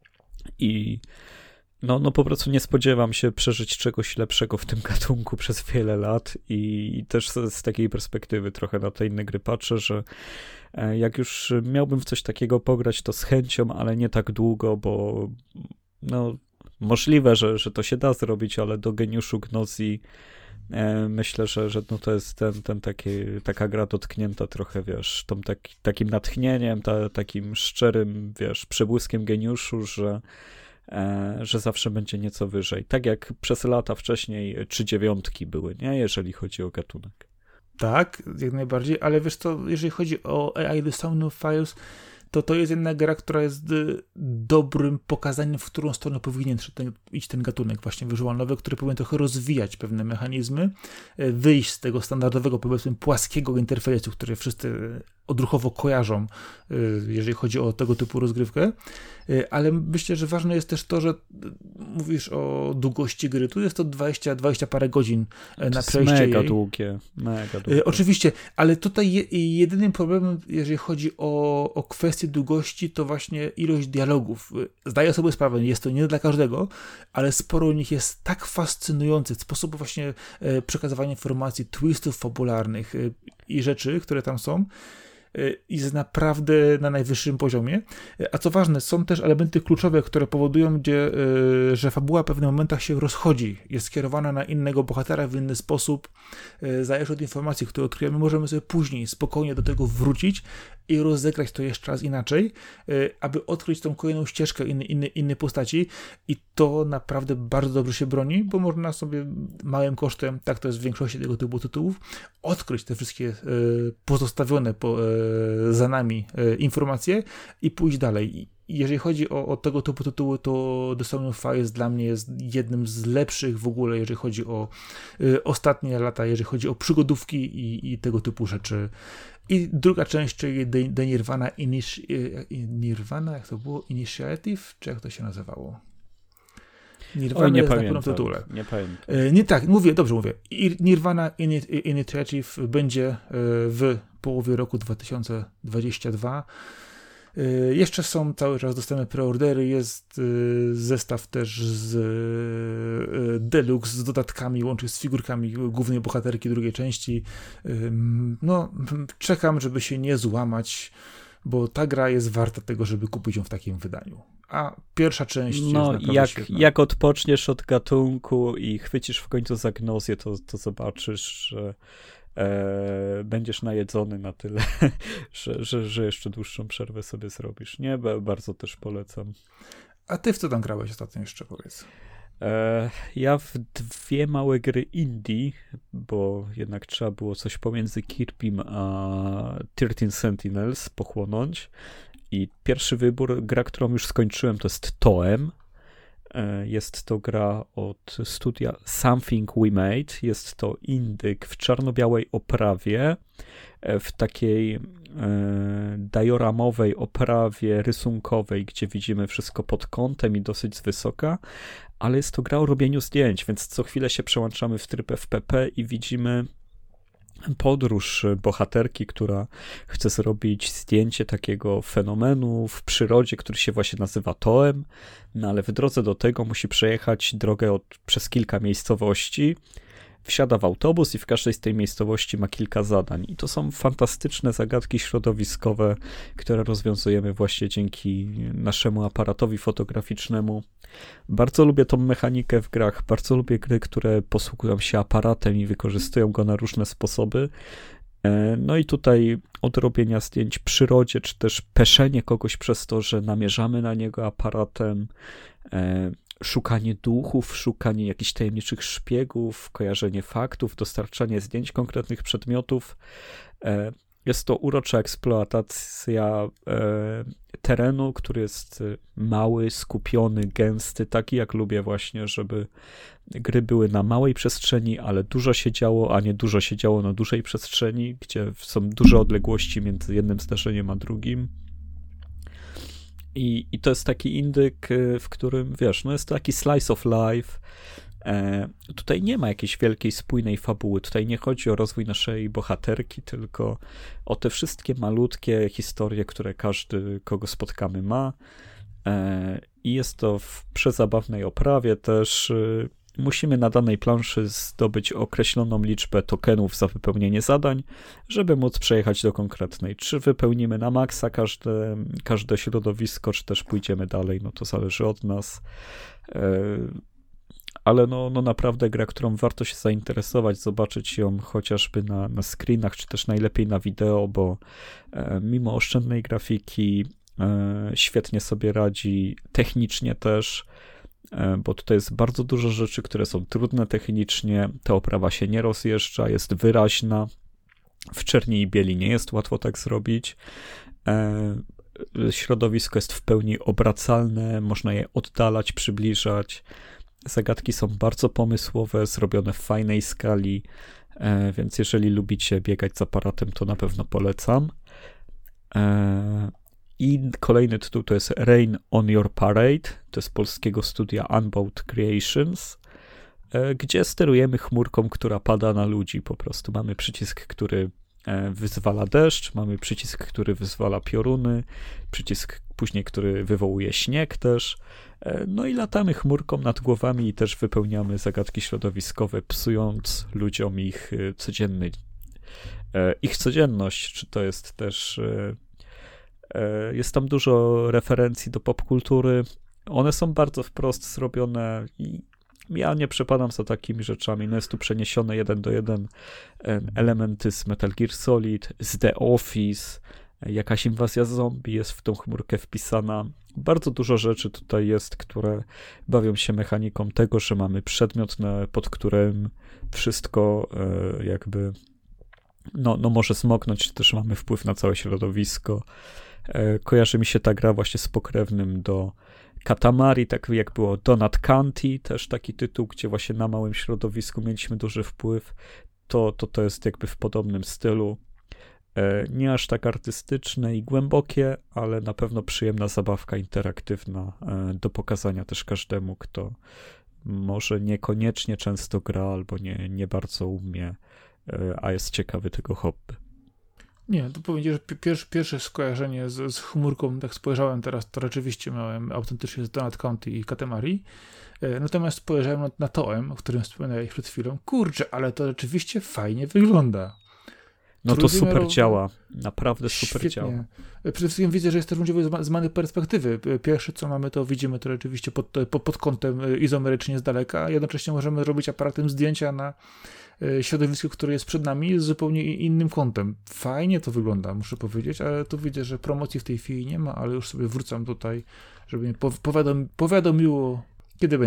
I no po prostu nie spodziewam się przeżyć czegoś lepszego w tym gatunku przez wiele lat i też z takiej perspektywy trochę na te inne gry patrzę, że jak już miałbym w coś takiego pograć, to z chęcią, ale nie tak długo, bo możliwe, że to się da zrobić, ale do geniuszu Gnozji myślę, że to jest taka gra dotknięta trochę, wiesz, takim natchnieniem, takim szczerym, wiesz, przebłyskiem geniuszu, że zawsze będzie nieco wyżej. Tak jak przez lata wcześniej 3 9 były, nie? Jeżeli chodzi o gatunek. Tak, jak najbardziej, ale wiesz co, jeżeli chodzi o AI The Somnium Files, to jest jedna gra, która jest dobrym pokazaniem, w którą stronę powinien iść ten gatunek właśnie visual novel, który powinien trochę rozwijać pewne mechanizmy, wyjść z tego standardowego, powiedzmy, płaskiego interfejsu, który wszyscy odruchowo kojarzą, jeżeli chodzi o tego typu rozgrywkę, ale myślę, że ważne jest też to, że mówisz o długości gry, tu jest to 20 parę godzin na przejście mega jej. Długie. Oczywiście, ale tutaj jedynym problemem, jeżeli chodzi o kwestię długości, to właśnie ilość dialogów. Zdaję sobie sprawę, jest to nie dla każdego, ale sporo nich jest tak fascynujących, sposób właśnie przekazywania informacji, twistów fabularnych i rzeczy, które tam są, jest naprawdę na najwyższym poziomie. A co ważne, są też elementy kluczowe, które powodują, że fabuła w pewnych momentach się rozchodzi, jest skierowana na innego bohatera w inny sposób. Zależy od informacji, które odkryjemy, możemy sobie później spokojnie do tego wrócić i rozegrać to jeszcze raz inaczej, aby odkryć tą kolejną ścieżkę innej postaci i to naprawdę bardzo dobrze się broni, bo można sobie małym kosztem, tak to jest w większości tego typu tytułów, odkryć te wszystkie pozostawione za nami informacje i pójść dalej. Jeżeli chodzi o tego typu tytuły, to The Somnium Files dla mnie jest jednym z lepszych w ogóle, jeżeli chodzi o ostatnie lata, jeżeli chodzi o przygodówki i tego typu rzeczy. I druga część, czyli The Nirvana Nirvana, jak to było? Initiative? Czy jak to się nazywało? Nirvana nie jest pamiętam, na pewno tytule. Nie pamiętam. Nie tak, dobrze mówię. Nirvana Initiative będzie w połowie roku 2022. Jeszcze są cały czas dostępne preordery, jest zestaw też z deluxe, z dodatkami, łącznie z figurkami głównej bohaterki drugiej części. Czekam, żeby się nie złamać, bo ta gra jest warta tego, żeby kupić ją w takim wydaniu. A pierwsza część jest naprawdę świetna. Jak odpoczniesz od gatunku i chwycisz w końcu za Gnozję, to zobaczysz, że będziesz najedzony na tyle, że jeszcze dłuższą przerwę sobie zrobisz. Nie, bardzo też polecam. A ty w co tam grałeś ostatnio jeszcze, powiedz? Ja w 2 małe gry indie, bo jednak trzeba było coś pomiędzy Kirby'm a 13 Sentinels pochłonąć. I pierwszy wybór, gra, którą już skończyłem, to jest Toem. Jest to gra od studia Something We Made. Jest to indyk w czarno-białej oprawie, w takiej dioramowej oprawie rysunkowej, gdzie widzimy wszystko pod kątem i dosyć z wysoka, ale jest to gra o robieniu zdjęć, więc co chwilę się przełączamy w tryb FPP i widzimy podróż bohaterki, która chce zrobić zdjęcie takiego fenomenu w przyrodzie, który się właśnie nazywa Toem, no ale w drodze do tego musi przejechać drogę przez kilka miejscowości, wsiada w autobus i w każdej z tej miejscowości ma kilka zadań. I to są fantastyczne zagadki środowiskowe, które rozwiązujemy właśnie dzięki naszemu aparatowi fotograficznemu. Bardzo lubię tą mechanikę w grach, bardzo lubię gry, które posługują się aparatem i wykorzystują go na różne sposoby. No i tutaj od robienia zdjęć przyrodzie, czy też peszenie kogoś przez to, że namierzamy na niego aparatem, szukanie duchów, szukanie jakichś tajemniczych szpiegów, kojarzenie faktów, dostarczanie zdjęć konkretnych przedmiotów. Jest to urocza eksploatacja terenu, który jest mały, skupiony, gęsty, taki jak lubię właśnie, żeby gry były na małej przestrzeni, ale dużo się działo, a nie dużo się działo na dużej przestrzeni, gdzie są duże odległości między jednym zdarzeniem a drugim. I to jest taki indyk, w którym, wiesz, no jest to taki slice of life. Tutaj nie ma jakiejś wielkiej, spójnej fabuły. Tutaj nie chodzi o rozwój naszej bohaterki, tylko o te wszystkie malutkie historie, które każdy, kogo spotkamy, ma. I jest to w przezabawnej oprawie też. Musimy na danej planszy zdobyć określoną liczbę tokenów za wypełnienie zadań, żeby móc przejechać do konkretnej. Czy wypełnimy na maksa każde środowisko, czy też pójdziemy dalej, no to zależy od nas. Ale no naprawdę gra, którą warto się zainteresować, zobaczyć ją chociażby na screenach, czy też najlepiej na wideo, bo mimo oszczędnej grafiki świetnie sobie radzi, technicznie też, bo tutaj jest bardzo dużo rzeczy, które są trudne technicznie, ta oprawa się nie rozjeżdża, jest wyraźna, w czerni i bieli nie jest łatwo tak zrobić. Środowisko jest w pełni obracalne, można je oddalać, przybliżać. Zagadki są bardzo pomysłowe, zrobione w fajnej skali, więc jeżeli lubicie biegać z aparatem, to na pewno polecam. I kolejny tytuł to jest Rain on Your Parade, to jest polskiego studia Unbound Creations, gdzie sterujemy chmurką, która pada na ludzi. Po prostu mamy przycisk, który wyzwala deszcz, mamy przycisk, który wyzwala pioruny, przycisk później, który wywołuje śnieg też. No i latamy chmurką nad głowami i też wypełniamy zagadki środowiskowe, psując ludziom ich codzienność, czy to jest też... Jest tam dużo referencji do popkultury. One są bardzo wprost zrobione i ja nie przepadam za takimi rzeczami. No jest tu przeniesione 1:1 elementy z Metal Gear Solid, z The Office, jakaś inwazja zombie jest w tą chmurkę wpisana. Bardzo dużo rzeczy tutaj jest, które bawią się mechaniką tego, że mamy przedmiot, pod którym wszystko jakby może zmoknąć, też mamy wpływ na całe środowisko. Kojarzy mi się ta gra właśnie z pokrewnym do Katamari, tak jak było Donut County, też taki tytuł, gdzie właśnie na małym środowisku mieliśmy duży wpływ. To jest jakby w podobnym stylu. Nie aż tak artystyczne i głębokie, ale na pewno przyjemna zabawka interaktywna do pokazania też każdemu, kto może niekoniecznie często gra albo nie bardzo umie, a jest ciekawy tego hobby. Nie, to powiedzieć, że pierwsze skojarzenie z chmurką, tak spojrzałem teraz, to rzeczywiście miałem autentycznie z Donut County i Katamari. Natomiast spojrzałem na Toem, o którym wspominałeś przed chwilą. Kurczę, ale to rzeczywiście fajnie wygląda. No to super działa, naprawdę super świetnie działa. Przede wszystkim widzę, że jest też z many perspektywy. Pierwsze co mamy, to widzimy to rzeczywiście pod kątem izomerycznie z daleka, a jednocześnie możemy robić aparatem zdjęcia na środowisku, które jest przed nami z zupełnie innym kątem. Fajnie to wygląda, muszę powiedzieć, ale tu widzę, że promocji w tej chwili nie ma, ale już sobie wrócam tutaj, żeby mnie powiadomiło, kiedy będzie.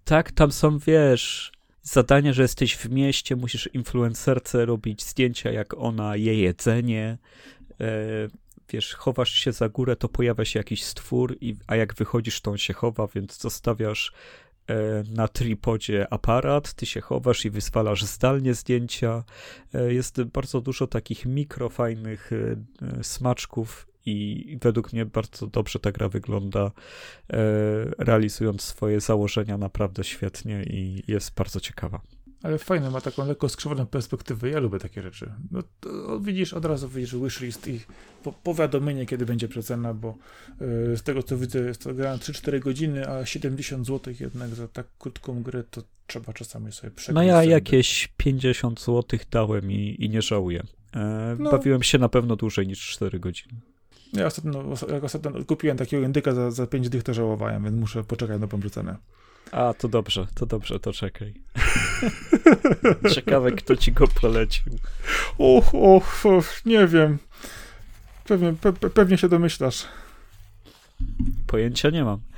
Tak, tam są, wiesz, zadania, że jesteś w mieście, musisz influencerce robić zdjęcia, jak ona je jedzenie. Wiesz, chowasz się za górę, to pojawia się jakiś stwór, a jak wychodzisz, to on się chowa, więc zostawiasz na tripodzie aparat, ty się chowasz i wyzwalasz zdalnie zdjęcia. Jest bardzo dużo takich mikrofajnych smaczków i według mnie bardzo dobrze ta gra wygląda, realizując swoje założenia naprawdę świetnie i jest bardzo ciekawa. Ale fajne, ma taką lekko skrzywowaną perspektywę. Ja lubię takie rzeczy. No, to widzisz, od razu widzisz wishlist i powiadomienie, kiedy będzie przecena, bo z tego co widzę, jest to gra na 3-4 godziny, a 70 zł jednak za tak krótką grę, to trzeba czasami sobie przegrać. No ja jakieś 50 zł dałem i nie żałuję. Bawiłem się na pewno dłużej niż 4 godziny. Ja ostatnio kupiłem takiego indyka za 5 dych, to żałowałem, więc muszę poczekać na dobrą cenę. A, to dobrze, to czekaj. Ciekawe, kto ci go polecił. Nie wiem. Pewnie się domyślasz. Pojęcia nie mam.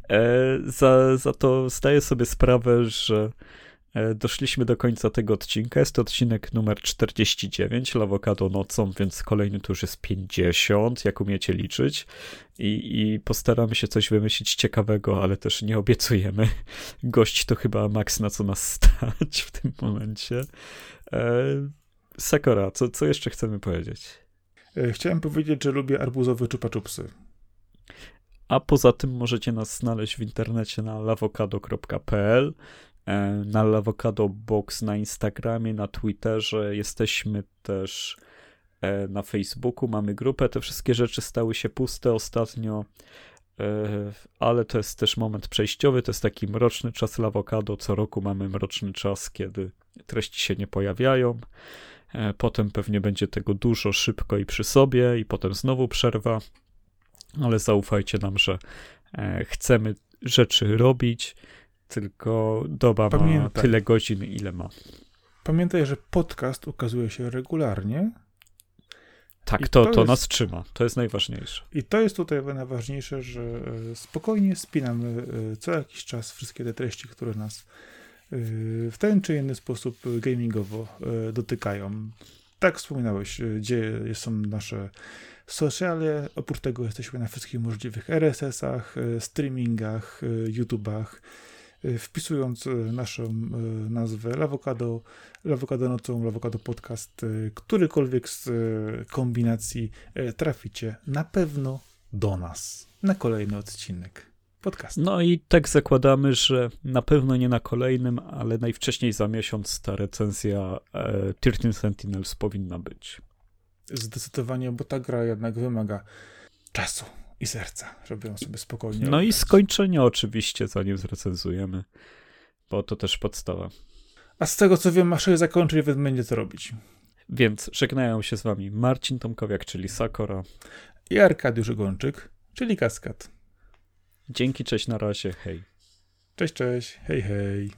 Za to zdaję sobie sprawę, że doszliśmy do końca tego odcinka. Jest to odcinek numer 49, Lawokado nocą, więc kolejny to już jest 50, jak umiecie liczyć. I postaramy się coś wymyślić ciekawego, ale też nie obiecujemy. Gość to chyba maks, na co nas stać w tym momencie. Sakura, co jeszcze chcemy powiedzieć? Chciałem powiedzieć, że lubię arbuzowe chupa-chupsy. A poza tym możecie nas znaleźć w internecie na lawokado.pl, na Lawokado Box na Instagramie, na Twitterze. Jesteśmy też na Facebooku, mamy grupę. Te wszystkie rzeczy stały się puste ostatnio, ale to jest też moment przejściowy. To jest taki mroczny czas Lawokado. Co roku mamy mroczny czas, kiedy treści się nie pojawiają. Potem pewnie będzie tego dużo, szybko i przy sobie, i potem znowu przerwa. Ale zaufajcie nam, że chcemy rzeczy robić, tylko doba ma tyle godzin, ile ma. Pamiętaj, że podcast ukazuje się regularnie. Tak, to nas trzyma. To jest najważniejsze. I to jest tutaj najważniejsze, że spokojnie spinamy co jakiś czas wszystkie te treści, które nas w ten czy inny sposób gamingowo dotykają. Tak wspominałeś, gdzie są nasze sociale. Oprócz tego jesteśmy na wszystkich możliwych RSS-ach, streamingach, YouTubach. Wpisując naszą nazwę Lawokado nocą, Lawokado podcast, którykolwiek z kombinacji traficie na pewno do nas na kolejny odcinek podcastu. No i tak zakładamy, że na pewno nie na kolejnym, ale najwcześniej za miesiąc ta recenzja 13 Sentinels powinna być. Zdecydowanie, bo ta gra jednak wymaga czasu i serca, żeby ją sobie spokojnie No i skończenia oczywiście, zanim zrecenzujemy, bo to też podstawa. A z tego co wiem, masz 6 zakończeń, więc będzie to robić. Więc żegnają się z wami Marcin Tomkowiak, czyli Sakura, i Arkadiusz Ogończyk, czyli Kaskad. Dzięki, cześć, na razie, hej. Cześć, hej, hej.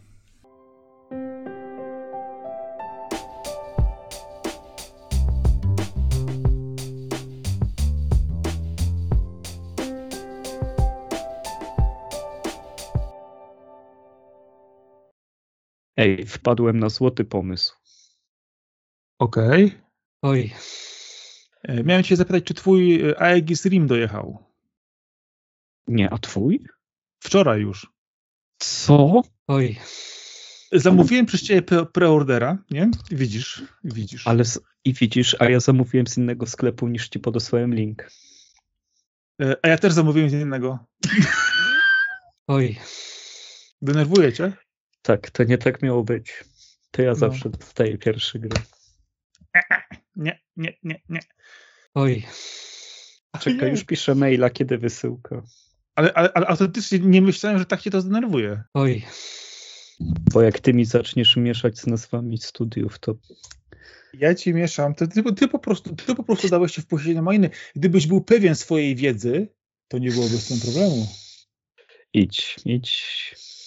Ej, wpadłem na złoty pomysł. Okej. Oj. Miałem cię zapytać, czy twój Aegis Rim dojechał? Nie, a twój? Wczoraj już. Co? Oj. Zamówiłem przez ciebie preordera, nie? Widzisz. Ale widzisz, a ja zamówiłem z innego sklepu niż ci podesłałem link. A ja też zamówiłem z innego. Oj. Denerwuje cię? Tak, to nie tak miało być. To ja zawsze dostaję pierwszy gry. Nie. Oj. Czekaj, już piszę maila, kiedy wysyłka. Ale autentycznie nie myślałem, że tak cię to zdenerwuje. Oj. Bo jak ty mi zaczniesz mieszać z nazwami studiów, to... Ja ci mieszam. Ty po prostu dałeś się wpuścić na moje. Gdybyś był pewien swojej wiedzy, to nie byłoby z tym problemu. Idź.